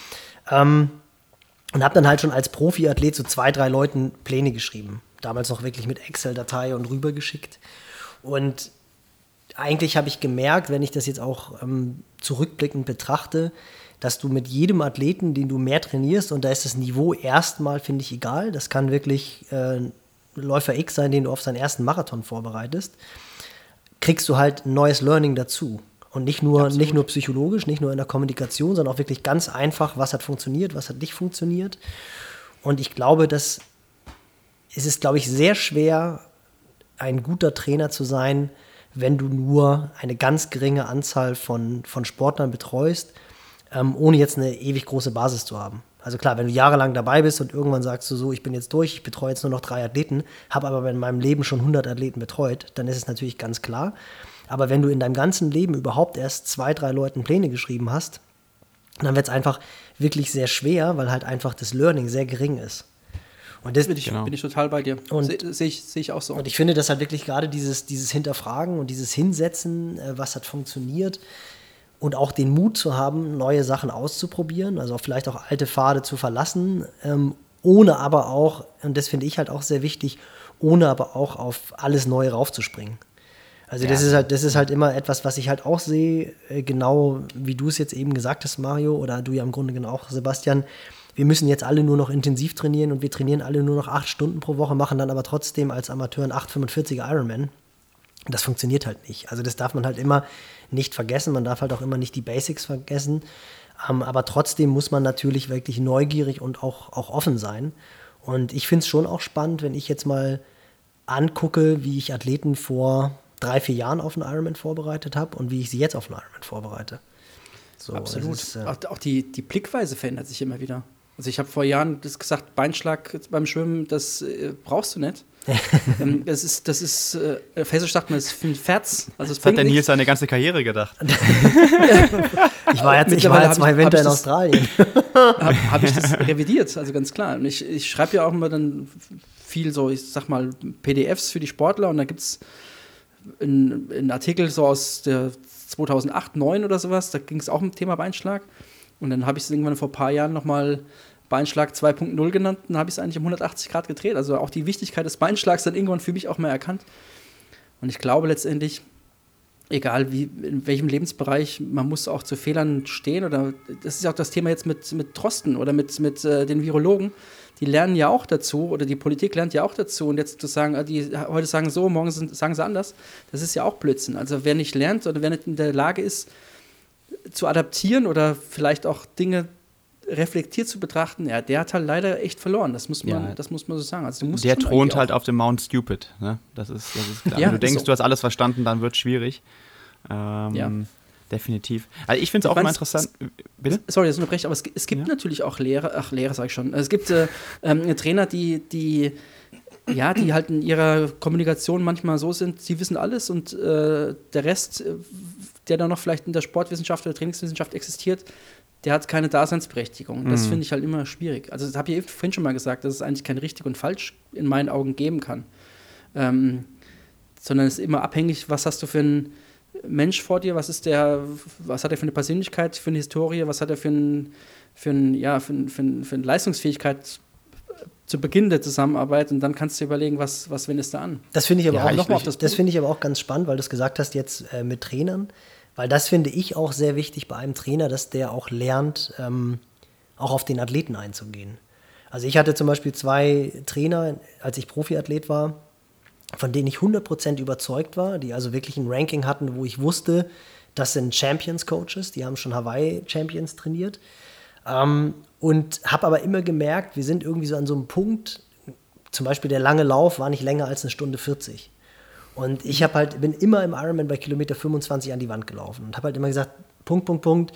Speaker 3: Und habe dann halt schon als Profiathlet so 2-3 Leuten Pläne geschrieben. Damals noch wirklich mit Excel-Datei und rübergeschickt. Und eigentlich habe ich gemerkt, wenn ich das jetzt auch zurückblickend betrachte, dass du mit jedem Athleten, den du mehr trainierst, und da ist das Niveau erstmal, finde ich, egal. Das kann wirklich Läufer X sein, den du auf seinen ersten Marathon vorbereitest, kriegst du halt ein neues Learning dazu. Und nicht nur psychologisch, nicht nur in der Kommunikation, sondern auch wirklich ganz einfach, was hat funktioniert, was hat nicht funktioniert. Und ich glaube, es ist, glaube ich, sehr schwer, ein guter Trainer zu sein, wenn du nur eine ganz geringe Anzahl von Sportlern betreust, ohne jetzt eine ewig große Basis zu haben. Also klar, wenn du jahrelang dabei bist und irgendwann sagst du so, ich bin jetzt durch, ich betreue jetzt nur noch 3 Athleten, habe aber in meinem Leben schon 100 Athleten betreut, dann ist es natürlich ganz klar. Aber wenn du in deinem ganzen Leben überhaupt erst 2-3 Leuten Pläne geschrieben hast, dann wird es einfach wirklich sehr schwer, weil halt einfach das Learning sehr gering ist. Und das
Speaker 2: bin ich total bei dir. Sehe ich auch so.
Speaker 3: Und ich finde, dass halt wirklich gerade dieses Hinterfragen und dieses Hinsetzen, was hat funktioniert, und auch den Mut zu haben, neue Sachen auszuprobieren, also vielleicht auch alte Pfade zu verlassen, ohne aber auch, und das finde ich halt auch sehr wichtig, ohne aber auch auf alles Neue raufzuspringen. Also das ist halt immer etwas, was ich halt auch sehe, genau wie du es jetzt eben gesagt hast, Mario, oder du ja im Grunde genau auch, Sebastian. Wir müssen jetzt alle nur noch intensiv trainieren und wir trainieren alle nur noch 8 Stunden pro Woche, machen dann aber trotzdem als Amateur einen 8,45er Ironman. Das funktioniert halt nicht. Also das darf man halt immer nicht vergessen. Man darf halt auch immer nicht die Basics vergessen. Aber trotzdem muss man natürlich wirklich neugierig und auch offen sein. Und ich finde es schon auch spannend, wenn ich jetzt mal angucke, wie ich Athleten vor 3-4 Jahren auf einen Ironman vorbereitet habe und wie ich sie jetzt auf einen Ironman vorbereite. So,
Speaker 2: absolut. Auch die Blickweise verändert sich immer wieder. Also ich habe vor Jahren gesagt, Beinschlag beim Schwimmen, das brauchst du nicht. Das ist Fäsisch sagt man, das ist ein Ferz. Also
Speaker 1: das hat der Nils seine ganze Karriere gedacht.
Speaker 3: Ich war ja 2 Winter in Australien.
Speaker 2: Habe ich das revidiert, also ganz klar. Und ich schreibe ja auch immer dann viel so, ich sag mal, PDFs für die Sportler und da gibt es einen Artikel so aus der 2008, 2009 oder sowas, da ging es auch um das Thema Beinschlag. Und dann habe ich es irgendwann vor ein paar Jahren nochmal Beinschlag 2.0 genannt und habe ich es eigentlich um 180 Grad gedreht. Also auch die Wichtigkeit des Beinschlags dann irgendwann für mich auch mal erkannt. Und ich glaube letztendlich, egal in welchem Lebensbereich, man muss auch zu Fehlern stehen. Oder das ist ja auch das Thema jetzt mit Drosten oder mit den Virologen. Die lernen ja auch dazu, oder die Politik lernt ja auch dazu. Und jetzt zu sagen, die heute sagen so, morgen sagen sie anders, das ist ja auch Blödsinn. Also wer nicht lernt oder wer nicht in der Lage ist, zu adaptieren oder vielleicht auch Dinge reflektiert zu betrachten, ja, der hat halt leider echt verloren. Das muss man so sagen. Also,
Speaker 1: der thront halt auf dem Mount Stupid. Ne? Das ist klar.
Speaker 2: Ja,
Speaker 1: wenn du denkst,
Speaker 2: so.
Speaker 1: du hast alles verstanden, dann wird es schwierig. Definitiv. Also ich finde es auch immer interessant. Bitte?
Speaker 2: Sorry, das ist unterbreche, aber es gibt natürlich auch Lehrer sage ich schon. Es gibt Trainer, die halt in ihrer Kommunikation manchmal so sind, sie wissen alles und der Rest, der dann noch vielleicht in der Sportwissenschaft oder Trainingswissenschaft existiert, der hat keine Daseinsberechtigung. Das finde ich halt immer schwierig. Also das habe ich vorhin schon mal gesagt, dass es eigentlich kein richtig und falsch in meinen Augen geben kann. Sondern es ist immer abhängig, was hast du für einen Mensch vor dir, was hat er für eine Persönlichkeit, für eine Historie, was hat er für eine Leistungsfähigkeit zu Beginn der Zusammenarbeit, und dann kannst du überlegen, was wendest du an.
Speaker 3: Das finde ich aber auch ganz spannend, weil du es gesagt hast jetzt mit Trainern, weil das finde ich auch sehr wichtig bei einem Trainer, dass der auch lernt, auch auf den Athleten einzugehen. Also ich hatte zum Beispiel 2 Trainer, als ich Profiathlet war, von denen ich 100% überzeugt war, die also wirklich ein Ranking hatten, wo ich wusste, das sind Champions-Coaches, die haben schon Hawaii-Champions trainiert. Und habe aber immer gemerkt, wir sind irgendwie so an so einem Punkt, zum Beispiel der lange Lauf war nicht länger als 1:40. Und ich bin immer im Ironman bei Kilometer 25 an die Wand gelaufen und habe halt immer gesagt, Punkt.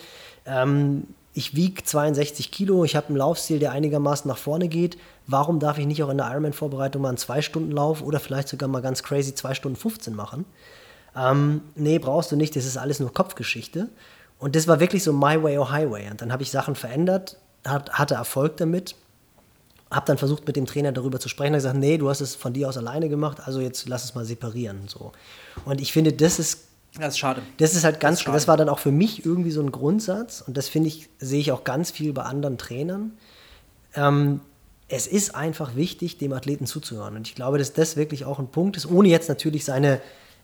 Speaker 3: Ich wiege 62 Kilo, ich habe einen Laufstil, der einigermaßen nach vorne geht. Warum darf ich nicht auch in der Ironman-Vorbereitung mal einen 2-Stunden-Lauf oder vielleicht sogar mal ganz crazy 2:15 machen? Nee, brauchst du nicht, das ist alles nur Kopfgeschichte. Und das war wirklich so my way or highway. Und dann habe ich Sachen verändert, hatte Erfolg damit, habe dann versucht, mit dem Trainer darüber zu sprechen. Er hat gesagt, nee, du hast es von dir aus alleine gemacht, also jetzt lass es mal separieren. So. Und ich finde, das ist
Speaker 2: schade.
Speaker 3: Das ist halt das war dann auch für mich irgendwie so ein Grundsatz, und das sehe ich auch ganz viel bei anderen Trainern. Es ist einfach wichtig, dem Athleten zuzuhören. Und ich glaube, dass das wirklich auch ein Punkt ist, ohne jetzt natürlich seine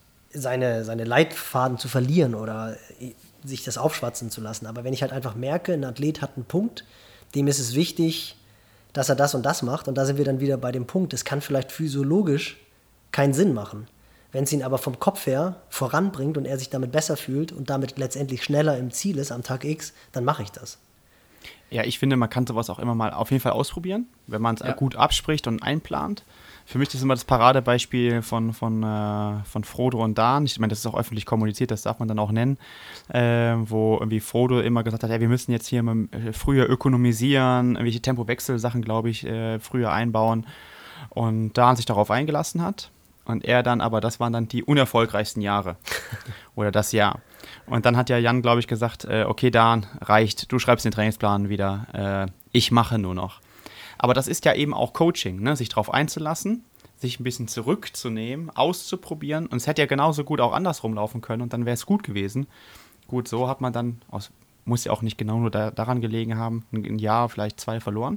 Speaker 3: Leitfaden zu verlieren oder sich das aufschwatzen zu lassen. Aber wenn ich halt einfach merke, ein Athlet hat einen Punkt, dem ist es wichtig, dass er das und das macht, und da sind wir dann wieder bei dem Punkt, es kann vielleicht physiologisch keinen Sinn machen. Wenn es ihn aber vom Kopf her voranbringt und er sich damit besser fühlt und damit letztendlich schneller im Ziel ist am Tag X, dann mache ich das.
Speaker 1: Ja, ich finde, man kann sowas auch immer mal auf jeden Fall ausprobieren, wenn man es gut abspricht und einplant. Für mich ist immer das Paradebeispiel von Frodo und Dan. Ich meine, das ist auch öffentlich kommuniziert, das darf man dann auch nennen, wo irgendwie Frodo immer gesagt hat, ja, wir müssen jetzt hier früher ökonomisieren, irgendwelche Tempowechselsachen, glaube ich, früher einbauen. Und Dan sich darauf eingelassen hat. Und er dann, aber das waren dann die unerfolgreichsten Jahre. Oder das Jahr. Und dann hat ja Jan, glaube ich, gesagt, okay, Dan, reicht, du schreibst den Trainingsplan wieder, ich mache nur noch. Aber das ist ja eben auch Coaching, ne? Sich darauf einzulassen, sich ein bisschen zurückzunehmen, auszuprobieren. Und es hätte ja genauso gut auch andersrum laufen können und dann wäre es gut gewesen. Gut, so hat man dann, muss ja auch nicht genau nur daran gelegen haben, ein Jahr, vielleicht 2 verloren.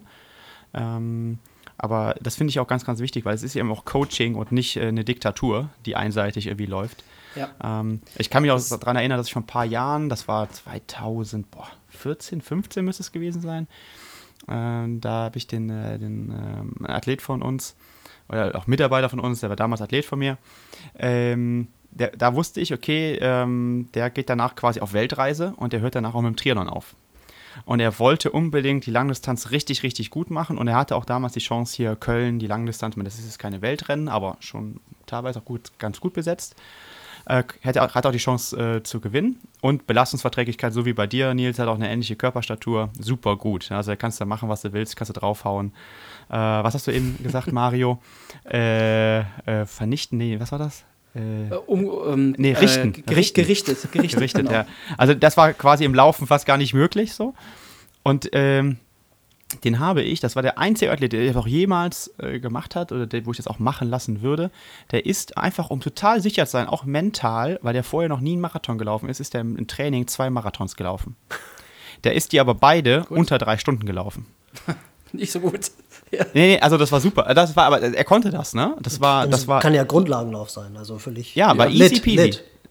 Speaker 1: Aber das finde ich auch ganz, ganz wichtig, weil es ist ja eben auch Coaching und nicht eine Diktatur, die einseitig irgendwie läuft. Ja. Ich kann mich auch daran erinnern, dass ich vor ein paar Jahren, das war 2014, 15 müsste es gewesen sein, da habe ich den Athlet von uns, oder auch Mitarbeiter von uns, der war damals Athlet von mir, da wusste ich, okay, der geht danach quasi auf Weltreise und der hört danach auch mit dem Triathlon auf. Und er wollte unbedingt die Langdistanz richtig, richtig gut machen. Und er hatte auch damals die Chance hier Köln, die Langdistanz, das ist jetzt keine Weltrennen, aber schon teilweise auch ganz gut besetzt. Hat auch die Chance zu gewinnen. Und Belastungsverträglichkeit, so wie bei dir, Nils, hat auch eine ähnliche Körperstatur. Super gut. Also kannst du machen, was du willst, kannst du draufhauen. Was hast du eben gesagt, Mario? Vernichten? Nee, was war das? Richten. Gerichtet, ja. Also das war quasi im Laufen fast gar nicht möglich so. Und den habe ich, das war der einzige Athlet, der das auch jemals gemacht hat oder wo ich das auch machen lassen würde. Der ist einfach, um total sicher zu sein, auch mental, weil der vorher noch nie einen Marathon gelaufen ist der im Training 2 Marathons gelaufen. Der ist die aber beide unter 3 Stunden gelaufen.
Speaker 2: Nicht so gut. Ja.
Speaker 1: Nee, also das war super. Aber er konnte das, ne? Das war
Speaker 3: kann ja Grundlagenlauf sein, also völlig.
Speaker 1: Ja, aber easy peasy.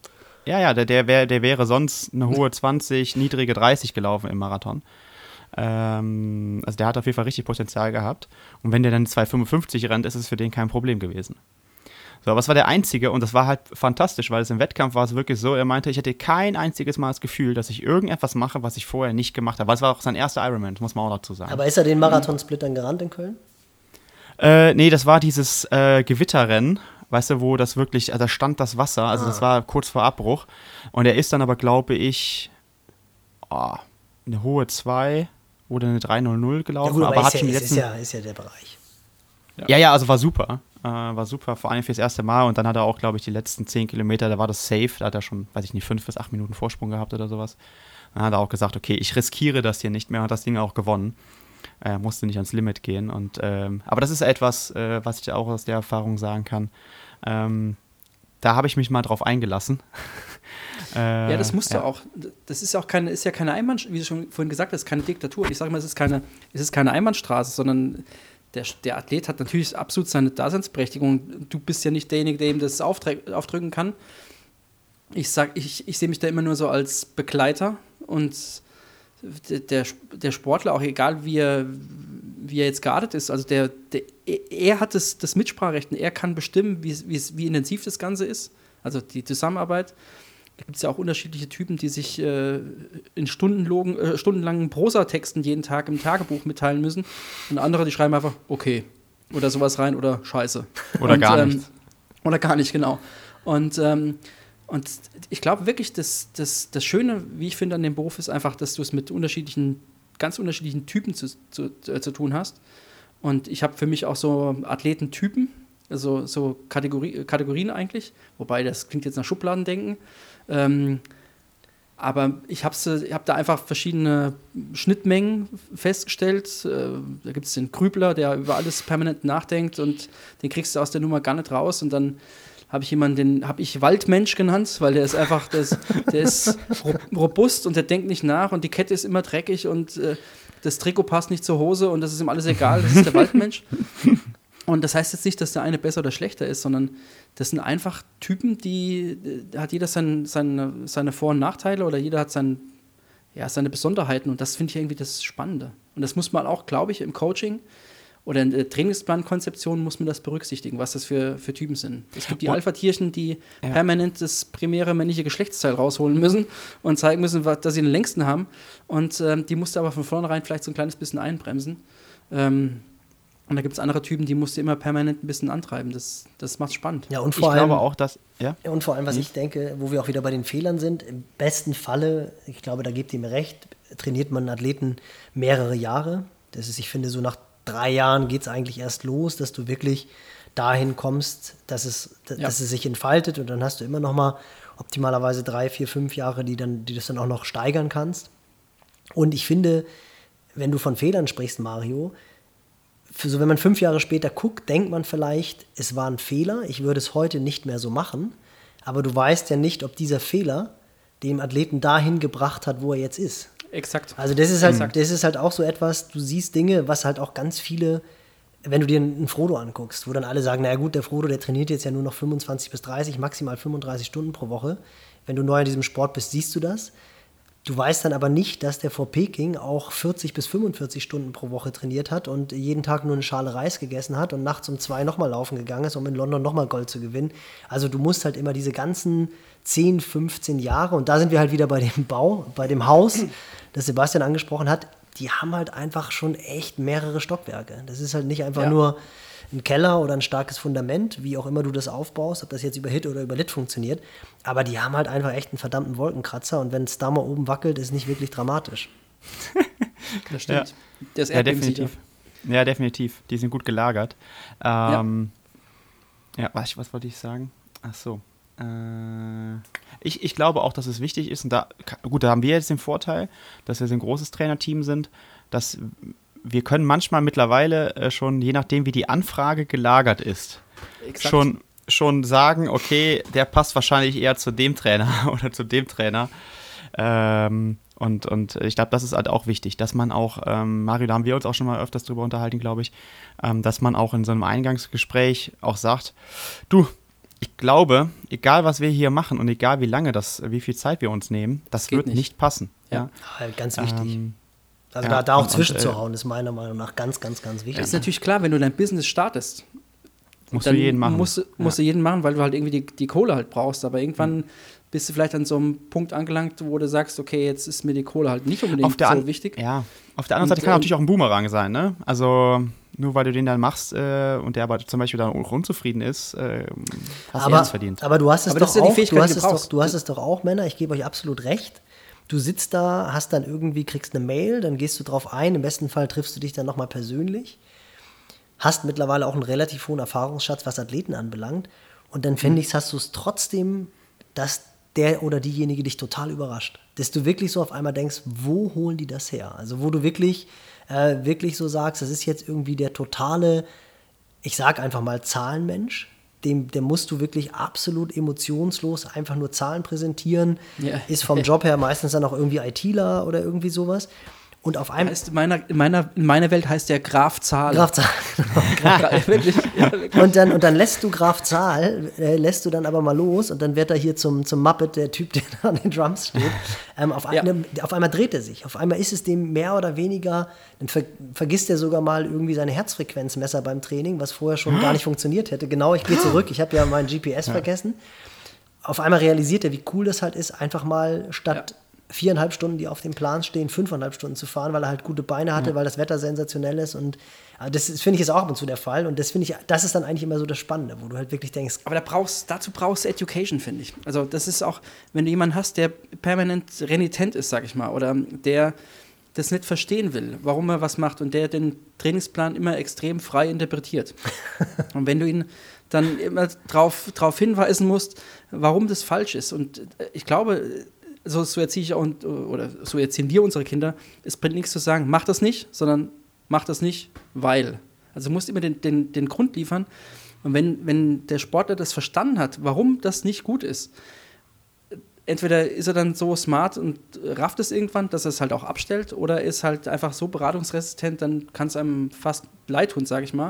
Speaker 1: Ja, der wäre sonst eine hohe 20, niedrige 30 gelaufen im Marathon. Also der hat auf jeden Fall richtig Potenzial gehabt. Und wenn der dann 2,55 rennt, ist es für den kein Problem gewesen. So, aber es war der einzige und das war halt fantastisch, weil es im Wettkampf war es wirklich so, er meinte, ich hatte kein einziges Mal das Gefühl, dass ich irgendetwas mache, was ich vorher nicht gemacht habe. Weil es war auch sein erster Ironman, das muss man auch dazu sagen.
Speaker 3: Aber ist er den Marathonsplit dann gerannt in Köln?
Speaker 1: Nee, das war dieses Gewitterrennen, weißt du, wo das wirklich, also da stand das Wasser, also das war kurz vor Abbruch. Und er ist dann aber, glaube ich, eine hohe 2 oder eine 3:00 gelaufen.
Speaker 3: Ja gut, aber
Speaker 1: hat
Speaker 3: ist,
Speaker 1: schon
Speaker 3: ja,
Speaker 1: die letzten,
Speaker 3: ist ja der Bereich.
Speaker 1: Ja, also war super. War super, vor allem fürs erste Mal. Und dann hat er auch, glaube ich, die letzten 10 Kilometer, da war das safe. Da hat er schon, weiß ich nicht, 5 bis 8 Minuten Vorsprung gehabt oder sowas. Dann hat er auch gesagt, okay, ich riskiere das hier nicht mehr und hat das Ding auch gewonnen. Musste nicht ans Limit gehen. Aber das ist etwas, was ich auch aus der Erfahrung sagen kann. Da habe ich mich mal drauf eingelassen.
Speaker 2: Ja, das musst du auch. Das ist ja auch keine Einbahnstraße, wie du schon vorhin gesagt hast, keine Diktatur. Ich sage mal, es ist keine Einbahnstraße, sondern der Athlet hat natürlich absolut seine Daseinsberechtigung. Du bist ja nicht derjenige, der ihm das aufdrücken kann. Ich sehe mich da immer nur so als Begleiter und der Sportler, auch egal wie er jetzt geartet ist, also er hat das Mitspracherecht und er kann bestimmen, wie intensiv das Ganze ist, also die Zusammenarbeit. Da gibt es ja auch unterschiedliche Typen, die sich in stundenlangen Prosatexten jeden Tag im Tagebuch mitteilen müssen. Und andere, die schreiben einfach, okay, oder sowas rein oder Scheiße.
Speaker 1: Oder gar nichts.
Speaker 2: Oder gar nicht, genau. Und ich glaube wirklich, das Schöne, wie ich finde, an dem Beruf ist einfach, dass du es mit ganz unterschiedlichen Typen zu tun hast. Und ich habe für mich auch so Athletentypen, also so Kategorien eigentlich, wobei das klingt jetzt nach Schubladendenken. Aber ich habe da einfach verschiedene Schnittmengen festgestellt. Da gibt es den Grübler, der über alles permanent nachdenkt und den kriegst du aus der Nummer gar nicht raus. Und dann habe ich jemanden, den habe ich Waldmensch genannt, weil der ist robust und der denkt nicht nach und die Kette ist immer dreckig und das Trikot passt nicht zur Hose und das ist ihm alles egal. Das ist der Waldmensch. Und das heißt jetzt nicht, dass der eine besser oder schlechter ist, sondern das sind einfach Typen, da hat jeder seine Vor- und Nachteile oder jeder hat seine Besonderheiten und das finde ich irgendwie das Spannende. Und das muss man auch, glaube ich, im Coaching oder in der Trainingsplankonzeption muss man das berücksichtigen, was das für Typen sind. Es gibt die Alpha-Tierchen, die permanent das primäre männliche Geschlechtsteil rausholen müssen und zeigen müssen, dass sie den längsten haben. Und die musst du aber von vornherein vielleicht so ein kleines bisschen einbremsen. Und da gibt es andere Typen, die musst du immer permanent ein bisschen antreiben. Das macht spannend.
Speaker 3: Ja, und vor allem,
Speaker 1: glaube auch, dass. Ja?
Speaker 3: Und vor allem, was ich denke, wo wir auch wieder bei den Fehlern sind, im besten Falle, ich glaube, da gebt ihr mir recht, trainiert man einen Athleten mehrere Jahre. Das ist, ich finde, so nach 3 Jahren geht es eigentlich erst los, dass du wirklich dahin kommst, dass es sich entfaltet und dann hast du immer noch mal optimalerweise 3, 4, 5 Jahre, die das dann auch noch steigern kannst. Und ich finde, wenn du von Fehlern sprichst, Mario, wenn man 5 Jahre später guckt, denkt man vielleicht, es war ein Fehler, ich würde es heute nicht mehr so machen, aber du weißt ja nicht, ob dieser Fehler den Athleten dahin gebracht hat, wo er jetzt ist.
Speaker 2: Exakt.
Speaker 3: Also das ist halt auch so etwas, du siehst Dinge, was halt auch ganz viele, wenn du dir einen Frodo anguckst, wo dann alle sagen, naja gut, der Frodo, der trainiert jetzt ja nur noch 25 bis 30, maximal 35 Stunden pro Woche. Wenn du neu in diesem Sport bist, siehst du das. Du weißt dann aber nicht, dass der vor Peking auch 40 bis 45 Stunden pro Woche trainiert hat und jeden Tag nur eine Schale Reis gegessen hat und nachts um 2 nochmal laufen gegangen ist, um in London nochmal Gold zu gewinnen. Also du musst halt immer diese ganzen 10, 15 Jahre, und da sind wir halt wieder bei dem Bau, bei dem Haus, das Sebastian angesprochen hat, die haben halt einfach schon echt mehrere Stockwerke. Das ist halt nicht einfach nur ein Keller oder ein starkes Fundament, wie auch immer du das aufbaust, ob das jetzt über Hit oder über Lit funktioniert, aber die haben halt einfach echt einen verdammten Wolkenkratzer und wenn es da mal oben wackelt, ist nicht wirklich dramatisch.
Speaker 2: Das stimmt.
Speaker 1: Ja. Das definitiv. Ja, definitiv. Die sind gut gelagert. Was wollte ich sagen? Ach so. Ich glaube auch, dass es wichtig ist, und da haben wir jetzt den Vorteil, dass wir so ein großes Trainerteam sind, dass wir können manchmal mittlerweile schon, je nachdem wie die Anfrage gelagert ist, schon sagen, okay, der passt wahrscheinlich eher zu dem Trainer oder zu dem Trainer. Und ich glaube, das ist halt auch wichtig, dass man auch, Mario, da haben wir uns auch schon mal öfters drüber unterhalten, glaube ich, dass man auch in so einem Eingangsgespräch auch sagt, du, ich glaube, egal was wir hier machen und egal wie viel Zeit wir uns nehmen, das wird nicht passen.
Speaker 2: Ja.
Speaker 3: Ganz wichtig. Also da auch zwischenzuhauen, ist meiner Meinung nach ganz, ganz, ganz wichtig.
Speaker 2: Das ist natürlich klar, wenn du dein Business startest,
Speaker 1: musst du jeden machen.
Speaker 2: Musst du jeden machen, weil du halt irgendwie die Kohle halt brauchst. Aber irgendwann bist du vielleicht an so einem Punkt angelangt, wo du sagst, okay, jetzt ist mir die Kohle halt nicht unbedingt so wichtig.
Speaker 1: Ja, auf der anderen Seite kann natürlich auch ein Boomerang sein, ne? Also nur weil du den dann machst und der aber zum Beispiel dann auch unzufrieden ist, hast du nichts verdient.
Speaker 3: Aber du hast es doch auch, du hast es doch auch, Männer, ich gebe euch absolut recht. Du sitzt da, hast dann irgendwie, kriegst eine Mail, dann gehst du drauf ein, im besten Fall triffst du dich dann nochmal persönlich, hast mittlerweile auch einen relativ hohen Erfahrungsschatz, was Athleten anbelangt, und dann hast du es trotzdem, dass der oder diejenige dich total überrascht. Dass du wirklich so auf einmal denkst, wo holen die das her? Also wo du wirklich so sagst, das ist jetzt irgendwie der totale, ich sag einfach mal Zahlenmensch, dem musst du wirklich absolut emotionslos einfach nur Zahlen präsentieren, ist vom Job her meistens dann auch irgendwie ITler oder irgendwie sowas. Und auf einmal
Speaker 2: in meiner Welt heißt der Graf Zahl.
Speaker 3: Graf Zahl, genau. Wirklich. Und dann lässt du Graf Zahl, lässt du dann aber mal los und dann wird er hier zum Muppet, der Typ, der da an den Drums steht. Auf einmal dreht er sich. Auf einmal ist es dem mehr oder weniger, dann vergisst er sogar mal irgendwie seine Herzfrequenzmesser beim Training, was vorher schon gar nicht funktioniert hätte. Genau, ich gehe zurück, ich habe ja meinen GPS vergessen. Auf einmal realisiert er, wie cool das halt ist, einfach mal statt 4,5 Stunden, die auf dem Plan stehen, 5,5 Stunden zu fahren, weil er halt gute Beine hatte, weil das Wetter sensationell ist, und das finde ich ist auch ab und zu der Fall, und das ist dann eigentlich immer so das Spannende, wo du halt wirklich denkst.
Speaker 2: Aber dazu brauchst du Education, finde ich. Also das ist auch, wenn du jemanden hast, der permanent renitent ist, sag ich mal, oder der das nicht verstehen will, warum er was macht, und der den Trainingsplan immer extrem frei interpretiert. Und wenn du ihn dann immer drauf hinweisen musst, warum das falsch ist, und ich glaube, so erziehe ich auch, oder so erziehen wir unsere Kinder. Es bringt nichts zu sagen, mach das nicht, sondern mach das nicht, weil. Also du musst immer den Grund liefern. Und wenn der Sportler das verstanden hat, warum das nicht gut ist, entweder ist er dann so smart und rafft es irgendwann, dass er es halt auch abstellt, oder ist halt einfach so beratungsresistent, dann kann es einem fast leid tun, sage ich mal.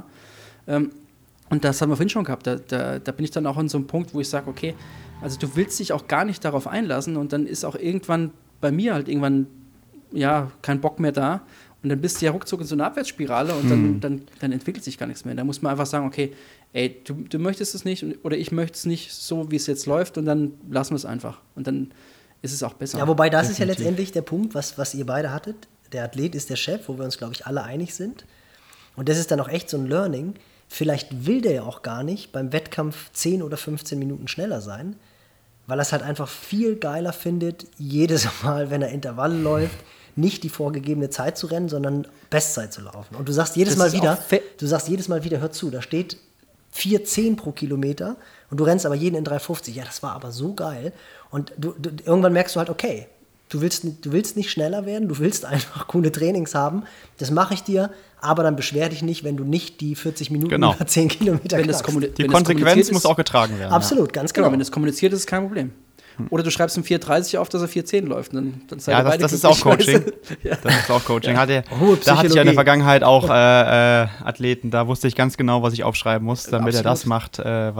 Speaker 2: Und das haben wir vorhin schon gehabt. Da bin ich dann auch an so einem Punkt, wo ich sage, okay, also du willst dich auch gar nicht darauf einlassen, und dann ist auch irgendwann bei mir halt irgendwann kein Bock mehr da, und dann bist du ja ruckzuck in so einer Abwärtsspirale, und dann entwickelt sich gar nichts mehr. Da muss man einfach sagen, okay, ey, du möchtest es nicht, oder ich möchte es nicht so, wie es jetzt läuft, und dann lassen wir es einfach. Und dann ist es auch besser.
Speaker 3: Ja, wobei das ist ja letztendlich der Punkt, was ihr beide hattet. Der Athlet ist der Chef, wo wir uns, glaube ich, alle einig sind. Und das ist dann auch echt so ein Learning. Vielleicht will der ja auch gar nicht beim Wettkampf 10 oder 15 Minuten schneller sein, weil er es halt einfach viel geiler findet, jedes Mal, wenn er Intervalle läuft, nicht die vorgegebene Zeit zu rennen, sondern Bestzeit zu laufen. Und du sagst jedes Mal wieder, hör zu, da steht 4,10 pro Kilometer und du rennst aber jeden in 3,50. Ja, das war aber so geil. Und irgendwann merkst du halt, okay, du willst nicht schneller werden, du willst einfach coole Trainings haben. Das mache ich dir, aber dann beschwer dich nicht, wenn du nicht die 40 Minuten über 10 Kilometer knackst.
Speaker 1: Die Konsequenz muss auch getragen werden.
Speaker 3: Absolut, ganz genau.
Speaker 2: Wenn es kommuniziert ist, ist kein Problem. Oder du schreibst um 4,30 auf, dass er 4,10 läuft. Dann
Speaker 1: das ist auch Coaching. Das ist auch Coaching. Da hatte ich ja in der Vergangenheit auch Athleten, da wusste ich ganz genau, was ich aufschreiben muss, damit er das macht,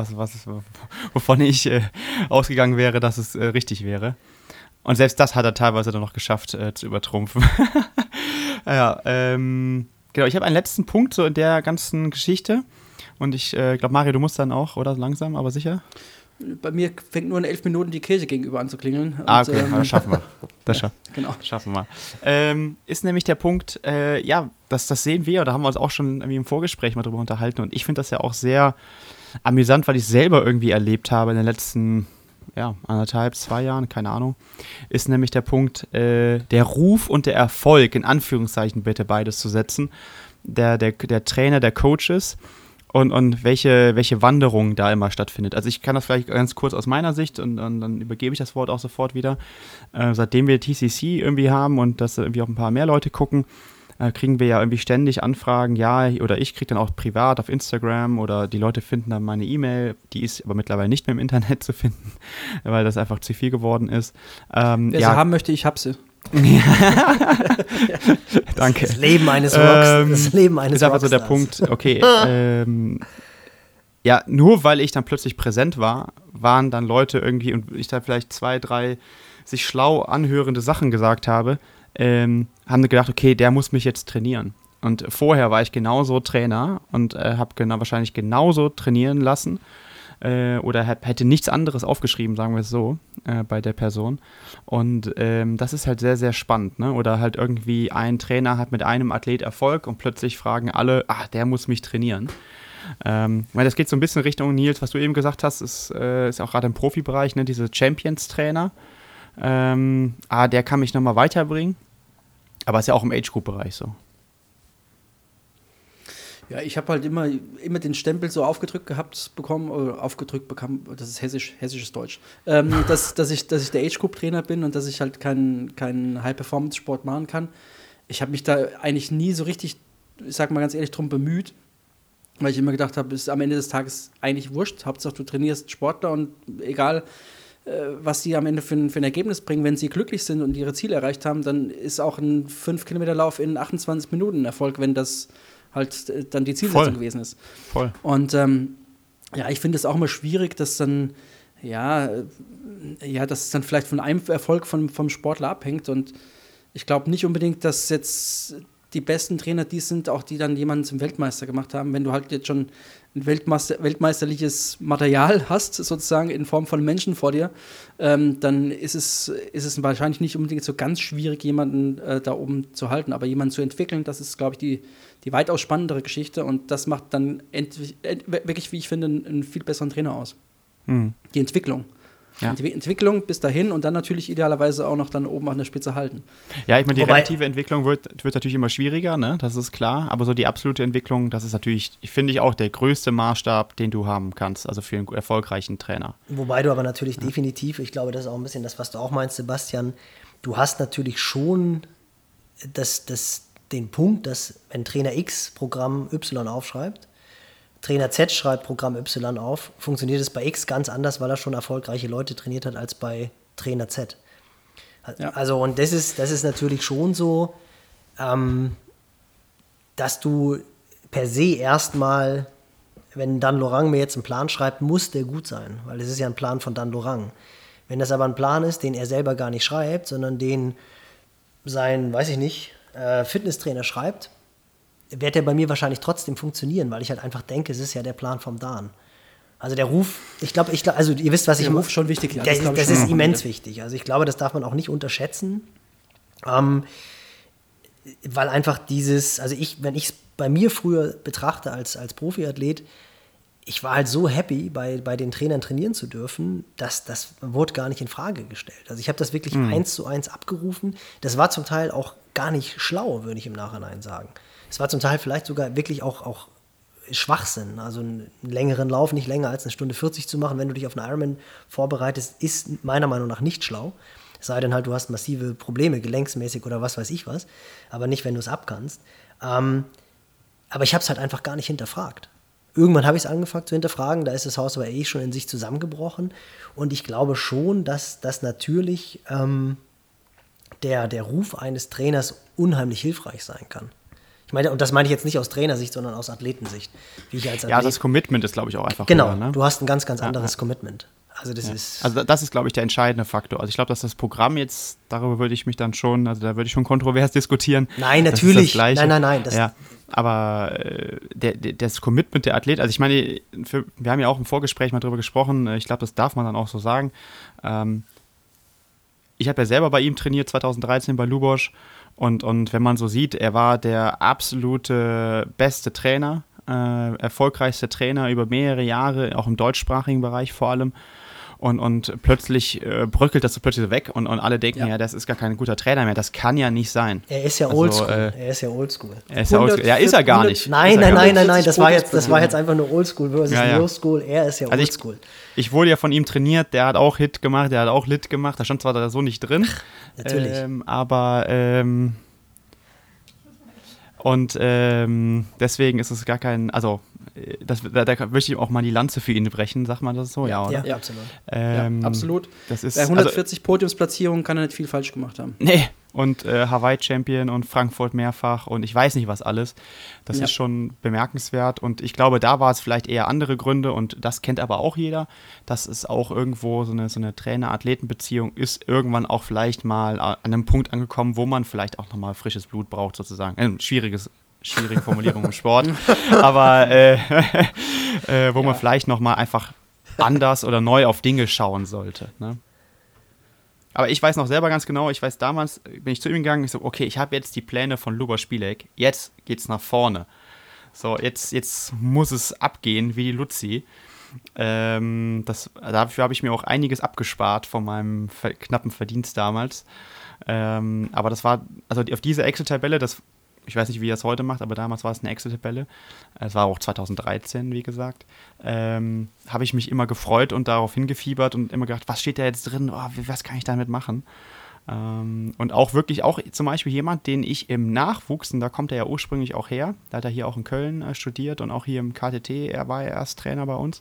Speaker 1: wovon ich ausgegangen wäre, dass es richtig wäre. Und selbst das hat er teilweise dann noch geschafft zu übertrumpfen. Genau, ich habe einen letzten Punkt so in der ganzen Geschichte. Und ich glaube, Mario, du musst dann auch, oder? Langsam, aber sicher?
Speaker 2: Bei mir fängt nur in 11 Minuten die Kirche gegenüber an zu klingeln.
Speaker 1: Okay, das schaffen wir.
Speaker 2: Genau.
Speaker 1: Schaffen wir. Ist nämlich der Punkt, das sehen wir, da haben wir uns auch schon irgendwie im Vorgespräch mal drüber unterhalten. Und ich finde das ja auch sehr amüsant, weil ich es selber irgendwie erlebt habe in den letzten 1,5, 2 Jahren, keine Ahnung, ist nämlich der Punkt, der Ruf und der Erfolg, in Anführungszeichen bitte beides zu setzen, der Trainer, der Coaches und welche Wanderung da immer stattfindet. Also ich kann das vielleicht ganz kurz aus meiner Sicht und dann übergebe ich das Wort auch sofort wieder. Seitdem wir TCC irgendwie haben und dass irgendwie auch ein paar mehr Leute gucken, kriegen wir ja irgendwie ständig Anfragen, oder ich kriege dann auch privat auf Instagram, oder die Leute finden dann meine E-Mail, die ist aber mittlerweile nicht mehr im Internet zu finden, weil das einfach zu viel geworden ist.
Speaker 2: Wer sie haben möchte, ich hab sie.
Speaker 1: Danke.
Speaker 3: Das Leben eines Rocks.
Speaker 1: Ist einfach so der Punkt, okay, ja, nur weil ich dann plötzlich präsent war, waren dann Leute irgendwie und ich da vielleicht 2, 3 sich schlau anhörende Sachen gesagt habe, haben die gedacht, okay, der muss mich jetzt trainieren. Und vorher war ich genauso Trainer und habe wahrscheinlich genauso trainieren lassen oder hätte nichts anderes aufgeschrieben, sagen wir es so, bei der Person. Und das ist halt sehr, sehr spannend. Ne? Oder halt irgendwie ein Trainer hat mit einem Athlet Erfolg und plötzlich fragen alle, der muss mich trainieren. Weil das geht so ein bisschen Richtung, Nils, was du eben gesagt hast, ist auch gerade im Profibereich, ne, diese Champions-Trainer. Der kann mich nochmal weiterbringen. Aber ist ja auch im Age-Group-Bereich so.
Speaker 2: Ja, ich habe halt immer den Stempel so aufgedrückt bekommen, das ist hessisches Deutsch, dass ich der Age-Group-Trainer bin und dass ich halt keinen High-Performance-Sport machen kann. Ich habe mich da eigentlich nie so richtig, ich sag mal ganz ehrlich, drum bemüht, weil ich immer gedacht habe, ist am Ende des Tages eigentlich wurscht. Hauptsache, du trainierst Sportler und egal, was sie am Ende für ein Ergebnis bringen, wenn sie glücklich sind und ihre Ziele erreicht haben, dann ist auch ein 5-Kilometer-Lauf in 28 Minuten ein Erfolg, wenn das halt dann die Zielsetzung gewesen ist.
Speaker 1: Voll.
Speaker 2: Und ich finde es auch immer schwierig, dass dann, dass es dann vielleicht von einem Erfolg vom Sportler abhängt. Und ich glaube nicht unbedingt, dass jetzt die besten Trainer die sind, auch die dann jemanden zum Weltmeister gemacht haben. Wenn du halt jetzt schon ein weltmeisterliches Material hast, sozusagen in Form von Menschen vor dir, dann ist es wahrscheinlich nicht unbedingt so ganz schwierig, jemanden da oben zu halten. Aber jemanden zu entwickeln, das ist, glaube ich, die weitaus spannendere Geschichte. Und das macht dann wirklich, wie ich finde, einen viel besseren Trainer aus. Mhm. Die Entwicklung. Ja. Die Entwicklung bis dahin und dann natürlich idealerweise auch noch dann oben an der Spitze halten.
Speaker 1: Ja, ich meine, die relative Entwicklung wird natürlich immer schwieriger, ne? Das ist klar. Aber so die absolute Entwicklung, das ist natürlich, finde ich, auch der größte Maßstab, den du haben kannst, also für einen erfolgreichen Trainer.
Speaker 3: Wobei du aber natürlich definitiv, ich glaube, das ist auch ein bisschen das, was du auch meinst, Sebastian, du hast natürlich schon den Punkt, dass wenn Trainer X Programm Y aufschreibt, Trainer Z schreibt Programm Y auf, funktioniert es bei X ganz anders, weil er schon erfolgreiche Leute trainiert hat als bei Trainer Z. Ja. Also und das ist natürlich schon so, dass du per se erstmal, wenn Dan Lorang mir jetzt einen Plan schreibt, muss der gut sein, weil es ist ja ein Plan von Dan Lorang. Wenn das aber ein Plan ist, den er selber gar nicht schreibt, sondern den sein, weiß ich nicht, Fitnesstrainer schreibt, wird der bei mir wahrscheinlich trotzdem funktionieren, weil ich halt einfach denke, es ist ja der Plan vom Dan. Also der Ruf, ich glaube, also ihr wisst, was ich meine. Der Ruf
Speaker 2: schon wichtig. Ja,
Speaker 3: das ist immens wichtig. Also ich glaube, das darf man auch nicht unterschätzen, weil einfach wenn ich es bei mir früher betrachte als Profiathlet, ich war halt so happy, bei den Trainern trainieren zu dürfen, dass das wurde gar nicht in Frage gestellt. Also ich habe das wirklich 1:1 abgerufen. Das war zum Teil auch gar nicht schlau, würde ich im Nachhinein sagen. Es war zum Teil vielleicht sogar wirklich auch Schwachsinn. Also einen längeren Lauf, nicht länger als 1:40 zu machen, wenn du dich auf einen Ironman vorbereitest, ist meiner Meinung nach nicht schlau. Es sei denn halt, du hast massive Probleme, gelenksmäßig oder was weiß ich was, aber nicht, wenn du es abkannst. Aber ich habe es halt einfach gar nicht hinterfragt. Irgendwann habe ich es angefangen zu hinterfragen, da ist das Haus aber schon in sich zusammengebrochen. Und ich glaube schon, dass das natürlich der Ruf eines Trainers unheimlich hilfreich sein kann. Ich meine, und das meine ich jetzt nicht aus Trainersicht, sondern aus Athletensicht. Wie ich als Athlet,
Speaker 1: das Commitment ist, glaube ich, auch einfach
Speaker 3: genau,
Speaker 1: höher, ne?
Speaker 3: Du hast ein ganz, ganz anderes Commitment. Also
Speaker 1: das ist, glaube ich, der entscheidende Faktor. Also ich glaube, dass das Programm jetzt, darüber würde ich mich dann schon, also da würde ich schon kontrovers diskutieren.
Speaker 3: Nein, natürlich. Nein.
Speaker 1: Aber das Commitment der Athlet, also ich meine, wir haben ja auch im Vorgespräch mal drüber gesprochen, ich glaube, das darf man dann auch so sagen. Ich habe ja selber bei ihm trainiert, 2013 bei Lubosch. Und wenn man so sieht, er war der absolute beste Trainer, erfolgreichste Trainer über mehrere Jahre, auch im deutschsprachigen Bereich vor allem. Und plötzlich bröckelt das so plötzlich weg und alle denken, das ist gar kein guter Trainer mehr. Das kann ja nicht sein.
Speaker 3: Er ist ja oldschool. Ist
Speaker 1: er gar nicht.
Speaker 3: Nein. Das war jetzt einfach nur oldschool versus new school. Er ist ja oldschool.
Speaker 1: Ich wurde ja von ihm trainiert. Der hat auch Hit gemacht, der hat auch Lit gemacht. Da stand zwar da so nicht drin.
Speaker 3: Natürlich.
Speaker 1: Deswegen ist es gar kein, also da möchte ich auch mal die Lanze für ihn brechen, sagt man das so? Ja, oder?
Speaker 2: Absolut. Absolut.
Speaker 1: Das ist,
Speaker 2: bei 140 Podiumsplatzierungen kann er nicht viel falsch gemacht haben.
Speaker 1: Nee, und Hawaii-Champion und Frankfurt mehrfach und ich weiß nicht was alles. Das ist schon bemerkenswert und ich glaube, da war es vielleicht eher andere Gründe und das kennt aber auch jeder. Das ist auch irgendwo so eine Trainer-Athleten-Beziehung ist irgendwann auch vielleicht mal an einem Punkt angekommen, wo man vielleicht auch nochmal frisches Blut braucht sozusagen. Schwierige Formulierung im Sport, aber wo man vielleicht nochmal einfach anders oder neu auf Dinge schauen sollte. Ne? Aber ich weiß noch selber ganz genau, ich weiß damals, bin ich zu ihm gegangen, ich so, okay, ich habe jetzt die Pläne von Lubor Spielek, jetzt geht's nach vorne. So, jetzt muss es abgehen wie die Luzi. Dafür habe ich mir auch einiges abgespart von meinem knappen Verdienst damals. Aber das war, also auf diese Excel-Tabelle, ich weiß nicht, wie er es heute macht, aber damals war es eine Excel-Tabelle. Es war auch 2013, wie gesagt. Habe ich mich immer gefreut und darauf hingefiebert und immer gedacht, was steht da jetzt drin? Oh, was kann ich damit machen? Und auch wirklich, auch zum Beispiel jemand, den ich im Nachwuchs, und da kommt er ja ursprünglich auch her, da hat er hier auch in Köln studiert und auch hier im KTT, er war ja erst Trainer bei uns.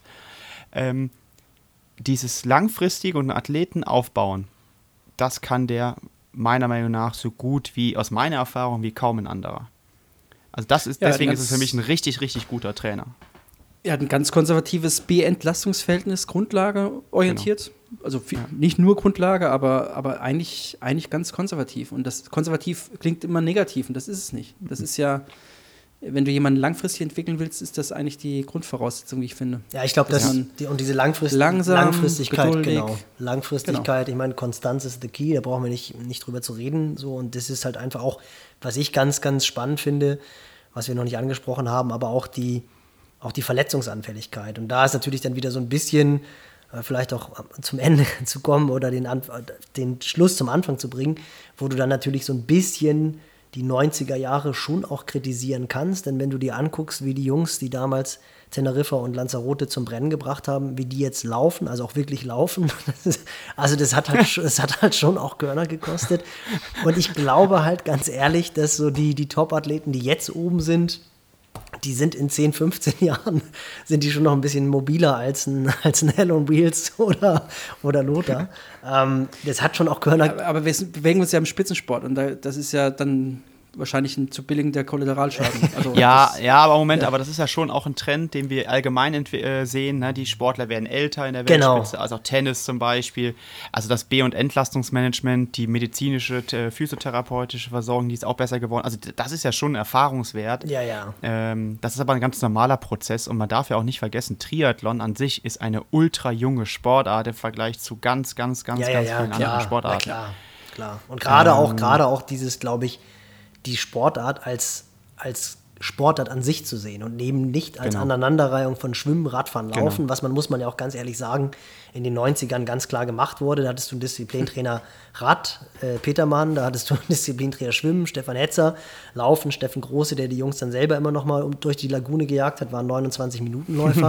Speaker 1: Dieses langfristige und einen Athleten aufbauen, das kann der meiner Meinung nach so gut wie, aus meiner Erfahrung, wie kaum ein anderer. Also deswegen ist es für mich ein richtig, richtig guter Trainer.
Speaker 2: Er hat ein ganz konservatives B-Entlastungsverhältnis, Grundlage orientiert. Genau. Also nicht nur Grundlage, aber eigentlich ganz konservativ. Und das konservativ klingt immer negativ und das ist es nicht. Das ist ja, wenn du jemanden langfristig entwickeln willst, ist das eigentlich die Grundvoraussetzung, wie ich finde.
Speaker 3: Ja, ich glaube, und diese Langfristigkeit, geduldig, genau. Langfristigkeit, ich meine, Konstanz ist the key, da brauchen wir nicht drüber zu reden. So, und das ist halt einfach auch, was ich ganz, ganz spannend finde, was wir noch nicht angesprochen haben, aber auch die Verletzungsanfälligkeit. Und da ist natürlich dann wieder so ein bisschen, vielleicht auch zum Ende zu kommen oder den Schluss zum Anfang zu bringen, wo du dann natürlich so ein bisschen die 90er Jahre schon auch kritisieren kannst, denn wenn du dir anguckst, wie die Jungs, die damals Teneriffa und Lanzarote zum Brennen gebracht haben, wie die jetzt laufen, also auch wirklich laufen, das hat halt schon auch Körner gekostet. Und ich glaube halt ganz ehrlich, dass so die Top-Athleten, die jetzt oben sind, die sind in 10, 15 Jahren, sind die schon noch ein bisschen mobiler als ein Hell on Wheels oder Lothar. Das hat schon auch Körner.
Speaker 2: Aber wir bewegen uns ja im Spitzensport und das ist ja dann wahrscheinlich ein zu billigender Kollateralschaden. Also
Speaker 1: aber Moment, aber das ist ja schon auch ein Trend, den wir allgemein sehen. Ne? Die Sportler werden älter in der Weltspitze, also auch Tennis zum Beispiel. Also das B- und Entlastungsmanagement, die medizinische, physiotherapeutische Versorgung, die ist auch besser geworden. Also das ist ja schon ein Erfahrungswert.
Speaker 3: Ja.
Speaker 1: Das ist aber ein ganz normaler Prozess und man darf ja auch nicht vergessen, Triathlon an sich ist eine ultra junge Sportart im Vergleich zu ganz vielen anderen Sportarten.
Speaker 3: Klar. Und gerade auch dieses, glaube ich, die Sportart als Sportart an sich zu sehen und eben nicht als Aneinanderreihung von Schwimmen, Radfahren, Laufen, was muss man ja auch ganz ehrlich sagen, in den 90ern ganz klar gemacht wurde. Da hattest du einen Disziplintrainer Rad, Petermann, da hattest du einen Disziplintrainer Schwimmen, Stefan Hetzer, Laufen, Steffen Große, der die Jungs dann selber immer noch mal durch die Lagune gejagt hat, waren 29-Minuten-Läufer.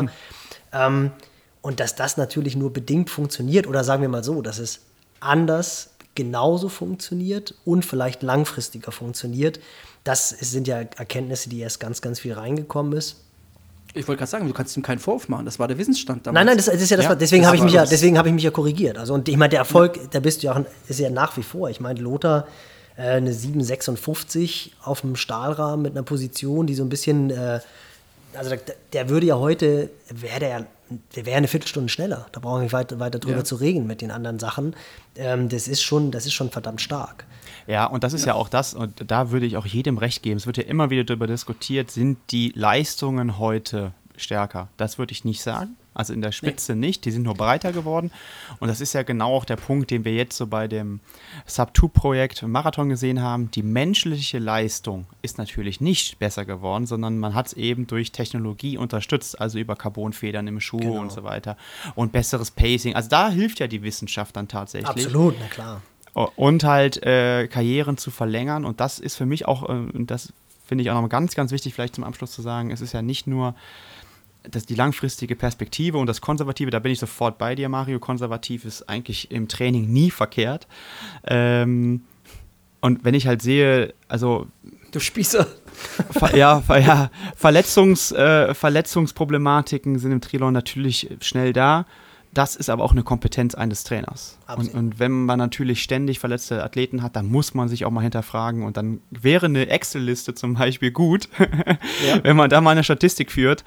Speaker 3: Und dass das natürlich nur bedingt funktioniert, oder sagen wir mal so, dass es anders genauso funktioniert und vielleicht langfristiger funktioniert. Das sind ja Erkenntnisse, die erst ganz, ganz viel reingekommen ist.
Speaker 2: Ich wollte gerade sagen, du kannst ihm keinen Vorwurf machen. Das war der Wissensstand damals.
Speaker 3: Nein, das ist ja das. Deswegen habe ich mich ja korrigiert. Also und ich meine, der Erfolg, da bist du ja auch, ist ja nach wie vor. Ich meine, Lothar eine 7,56 auf dem Stahlrahmen mit einer Position, die so ein bisschen, also der würde ja heute, der wäre eine Viertelstunde schneller. Da brauchen wir nicht weiter drüber zu reden mit den anderen Sachen. Das ist schon verdammt stark.
Speaker 1: Ja, und das ist ja auch das, und da würde ich auch jedem recht geben. Es wird ja immer wieder darüber diskutiert, sind die Leistungen heute stärker? Das würde ich nicht sagen. Also in der Spitze nicht, die sind nur breiter geworden. Und das ist ja genau auch der Punkt, den wir jetzt so bei dem Sub-2-Projekt Marathon gesehen haben. Die menschliche Leistung ist natürlich nicht besser geworden, sondern man hat es eben durch Technologie unterstützt, also über Carbonfedern im Schuh und so weiter. Und besseres Pacing. Also da hilft ja die Wissenschaft dann tatsächlich.
Speaker 3: Absolut, na klar.
Speaker 1: Und halt Karrieren zu verlängern. Und das ist für mich auch, das finde ich auch noch ganz, ganz wichtig, vielleicht zum Abschluss zu sagen, es ist ja nicht nur die langfristige Perspektive und das Konservative, da bin ich sofort bei dir, Mario. Konservativ ist eigentlich im Training nie verkehrt. Und wenn ich halt sehe, also
Speaker 2: du Spießer.
Speaker 1: Verletzungsproblematiken sind im Triathlon natürlich schnell da. das ist aber auch eine Kompetenz eines Trainers. Und wenn man natürlich ständig verletzte Athleten hat, dann muss man sich auch mal hinterfragen. Und dann wäre eine Excel-Liste zum Beispiel gut, wenn man da mal eine Statistik führt.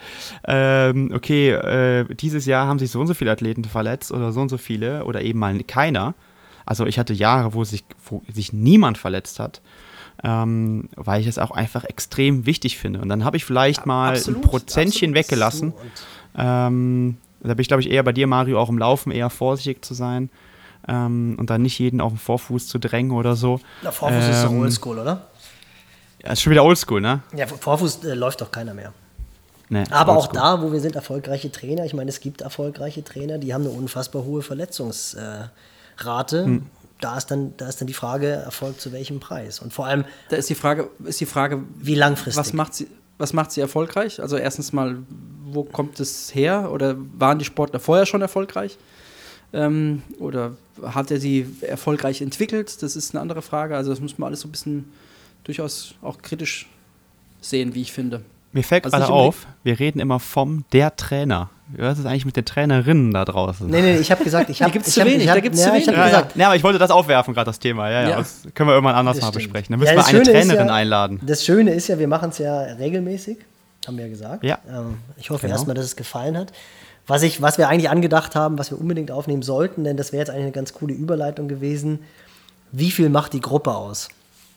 Speaker 1: Dieses Jahr haben sich so und so viele Athleten verletzt oder so und so viele oder eben mal keiner. Also ich hatte Jahre, wo sich niemand verletzt hat. Weil ich es auch einfach extrem wichtig finde. Und dann habe ich vielleicht mal ein Prozentchen weggelassen. Da bin ich, glaube ich, eher bei dir, Mario, auch im Laufen eher vorsichtig zu sein und dann nicht jeden auf den Vorfuß zu drängen oder so.
Speaker 3: Na, Vorfuß ist doch Oldschool, oder?
Speaker 1: Ja, ist schon wieder Oldschool, ne?
Speaker 3: Ja, Vorfuß läuft doch keiner mehr.
Speaker 1: Nee,
Speaker 3: aber auch da, wo wir sind, erfolgreiche Trainer. Ich meine, es gibt erfolgreiche Trainer, die haben eine unfassbar hohe Verletzungsrate. Da ist dann die Frage, Erfolg zu welchem Preis? Und vor allem
Speaker 2: da ist die Frage,
Speaker 3: wie langfristig?
Speaker 2: Was macht sie erfolgreich? Also erstens mal, wo kommt es her? Oder waren die Sportler vorher schon erfolgreich? Oder hat er sie erfolgreich entwickelt? Das ist eine andere Frage. Also das muss man alles so ein bisschen durchaus auch kritisch sehen, wie ich finde.
Speaker 1: Mir fällt gerade auf, wir reden immer der Trainer. Was ist eigentlich mit den Trainerinnen da draußen?
Speaker 3: Nee, ich habe gesagt,
Speaker 2: da gibt es zu wenig.
Speaker 1: Ja, aber ich wollte das aufwerfen, gerade das Thema. Ja. Das können wir irgendwann anders mal besprechen. Dann müssen wir eine Trainerin einladen.
Speaker 3: Das Schöne ist ja, wir machen es ja regelmäßig, haben wir ja gesagt.
Speaker 1: Ja.
Speaker 3: Ich hoffe erstmal, dass es gefallen hat. Was wir eigentlich angedacht haben, was wir unbedingt aufnehmen sollten, denn das wäre jetzt eigentlich eine ganz coole Überleitung gewesen. Wie viel macht die Gruppe aus?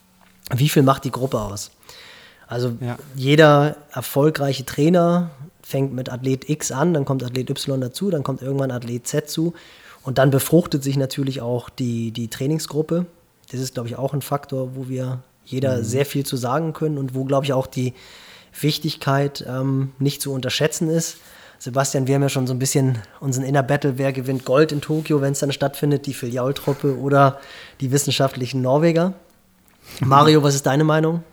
Speaker 3: Also jeder erfolgreiche Trainer fängt mit Athlet X an, dann kommt Athlet Y dazu, dann kommt irgendwann Athlet Z zu und dann befruchtet sich natürlich auch die Trainingsgruppe. Das ist, glaube ich, auch ein Faktor, wo wir jeder sehr viel zu sagen können und wo, glaube ich, auch die Wichtigkeit nicht zu unterschätzen ist. Sebastian, wir haben ja schon so ein bisschen unseren Inner Battle, wer gewinnt Gold in Tokio, wenn es dann stattfindet, die Filialtruppe oder die wissenschaftlichen Norweger. Mario, was ist deine Meinung?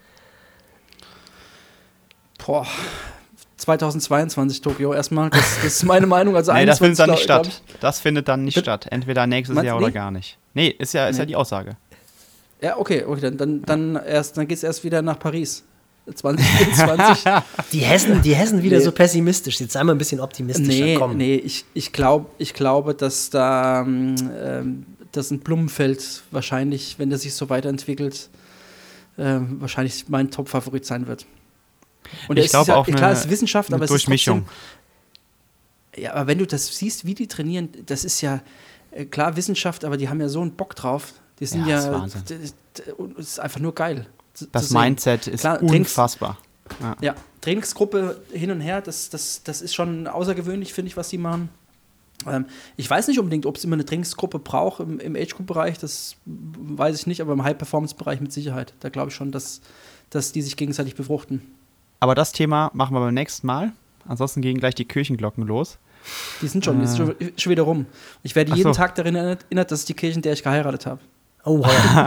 Speaker 2: 2022 Tokio erstmal, das ist meine Meinung. Also
Speaker 1: nee, das findet dann nicht statt. Das findet dann nicht statt. Entweder nächstes Jahr oder gar nicht. Nee, ist ja die Aussage.
Speaker 2: Ja, okay, dann geht es erst wieder nach Paris. 2024.
Speaker 3: Die Hessen wieder so pessimistisch. Jetzt sei mal ein bisschen optimistischer.
Speaker 2: Nee, ich glaube, dass da dass ein Blumenfeld wahrscheinlich, wenn der sich so weiterentwickelt, wahrscheinlich mein Top-Favorit sein wird. Und
Speaker 1: ich glaube auch
Speaker 2: klar, es ist Wissenschaft, aber es ist
Speaker 1: Durchmischung.
Speaker 2: Ja, aber wenn du das siehst, wie die trainieren, das ist ja klar Wissenschaft, aber die haben ja so einen Bock drauf. Die sind
Speaker 1: das ist Wahnsinn.
Speaker 2: Es ist einfach nur geil.
Speaker 1: Das Mindset ist unfassbar.
Speaker 2: Ja, Trainingsgruppe hin und her, das ist schon außergewöhnlich, finde ich, was die machen. Ich weiß nicht unbedingt, ob es immer eine Trainingsgruppe braucht im Age-Group-Bereich, das weiß ich nicht, aber im High-Performance-Bereich mit Sicherheit. Da glaube ich schon, dass die sich gegenseitig befruchten.
Speaker 1: Aber das Thema machen wir beim nächsten Mal. Ansonsten gehen gleich die Kirchenglocken los.
Speaker 2: Die sind schon wieder rum. Ich werde jeden Tag daran erinnert, dass es die Kirche, in der ich geheiratet habe.
Speaker 3: Oh,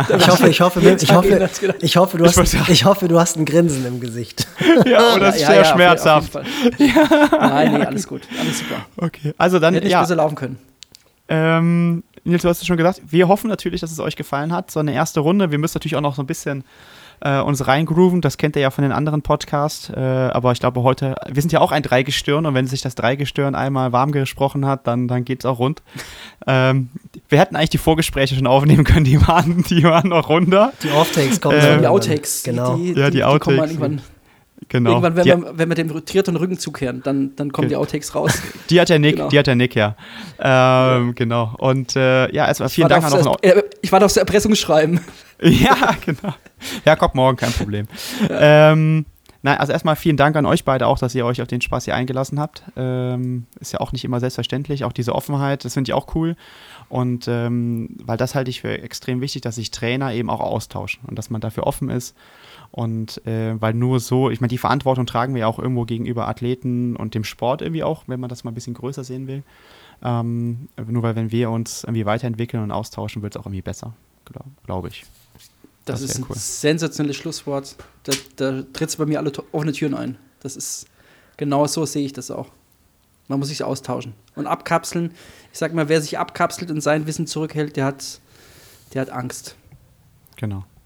Speaker 3: ich hoffe, du hast ein Grinsen im Gesicht.
Speaker 1: Ja, das ist sehr schmerzhaft.
Speaker 2: Nein, alles gut, alles super.
Speaker 1: Okay, also dann
Speaker 2: hätte nicht besser laufen können.
Speaker 1: Nils, du hast es schon gesagt, wir hoffen natürlich, dass es euch gefallen hat. So eine erste Runde. Wir müssen natürlich auch noch so ein bisschen uns reingrooven. Das kennt ihr ja von den anderen Podcasts. Aber ich glaube heute, wir sind ja auch ein Dreigestirn und wenn sich das Dreigestirn einmal warm gesprochen hat, dann geht es auch rund. Wir hätten eigentlich die Vorgespräche schon aufnehmen können, die waren noch runter.
Speaker 3: Die Outtakes kommen.
Speaker 2: Die Outtakes.
Speaker 3: Genau.
Speaker 1: Die Outtakes. Kommen irgendwann. Genau.
Speaker 2: Irgendwann, wenn wir dem Triathlon Rücken zukehren, dann kommen die Outtakes raus.
Speaker 1: Die hat der Nick, ja. Genau. Und erstmal vielen Dank an
Speaker 2: ich warte aufs Erpressungsschreiben.
Speaker 1: Ja, genau. Ja, kommt morgen, kein Problem. Also erstmal vielen Dank an euch beide auch, dass ihr euch auf den Spaß hier eingelassen habt. Ist ja auch nicht immer selbstverständlich, auch diese Offenheit, das finde ich auch cool. Und weil das halte ich für extrem wichtig, dass sich Trainer eben auch austauschen und dass man dafür offen ist. Und weil nur so, ich meine, die Verantwortung tragen wir ja auch irgendwo gegenüber Athleten und dem Sport irgendwie auch, wenn man das mal ein bisschen größer sehen will. Nur weil wenn wir uns irgendwie weiterentwickeln und austauschen, wird es auch irgendwie besser, glaube ich.
Speaker 2: Das ist ein sensationelles Schlusswort. Da tritt es bei mir alle offene Türen ein. Das ist genau so, sehe ich das auch. Man muss sich austauschen und abkapseln. Ich sag mal, wer sich abkapselt und sein Wissen zurückhält, der hat Angst.
Speaker 1: Genau.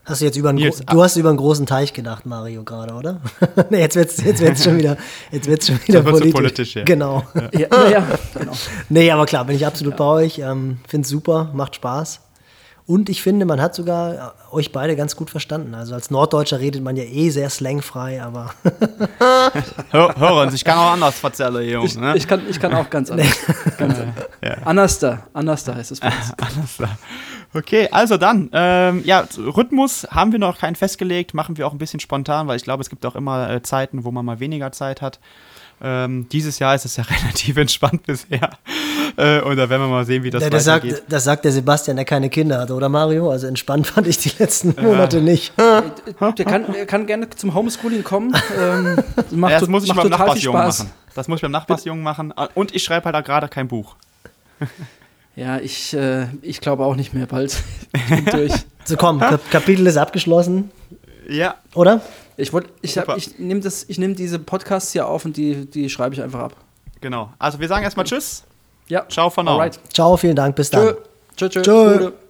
Speaker 3: Hast du jetzt
Speaker 1: Nils,
Speaker 3: du hast über einen großen Teich gedacht, Mario, gerade, oder? Nee, jetzt wird's schon wieder politisch.
Speaker 1: Ja.
Speaker 3: Genau.
Speaker 2: Ja, genau.
Speaker 3: Nee, aber klar, bin ich absolut bei euch. Finde es super, macht Spaß. Und ich finde, man hat sogar euch beide ganz gut verstanden. Also als Norddeutscher redet man ja sehr slangfrei, aber
Speaker 1: Hören, ich kann auch anders erzählen, Jungs. Ne?
Speaker 2: Ich kann auch ganz anders. Anders heißt es bei uns.
Speaker 1: Anders. Okay, also dann, Rhythmus haben wir noch keinen festgelegt, machen wir auch ein bisschen spontan, weil ich glaube, es gibt auch immer Zeiten, wo man mal weniger Zeit hat. Dieses Jahr ist es ja relativ entspannt bisher. Und da werden wir mal sehen, wie das weitergeht.
Speaker 3: Das sagt der Sebastian, der keine Kinder hat, oder Mario? Also entspannt fand ich die letzten Monate nicht.
Speaker 2: Der kann gerne zum Homeschooling kommen.
Speaker 1: Das muss ich beim Nachbarsjungen
Speaker 2: Spaß.
Speaker 1: machen. Das muss ich beim Nachbarsjungen machen. Und ich schreibe halt da gerade kein Buch.
Speaker 2: Ja, ich glaube auch nicht mehr bald. Ich bin durch.
Speaker 3: So komm, Kapitel ist abgeschlossen.
Speaker 1: Ja.
Speaker 3: Oder?
Speaker 2: Ich nehme diese Podcasts hier auf und die schreibe ich einfach ab.
Speaker 1: Genau. Also wir sagen erstmal Tschüss.
Speaker 2: Ja.
Speaker 1: Ciao von now.
Speaker 2: Alright.
Speaker 3: Ciao, vielen Dank, bis dann.
Speaker 2: Tschö.
Speaker 3: Tschö.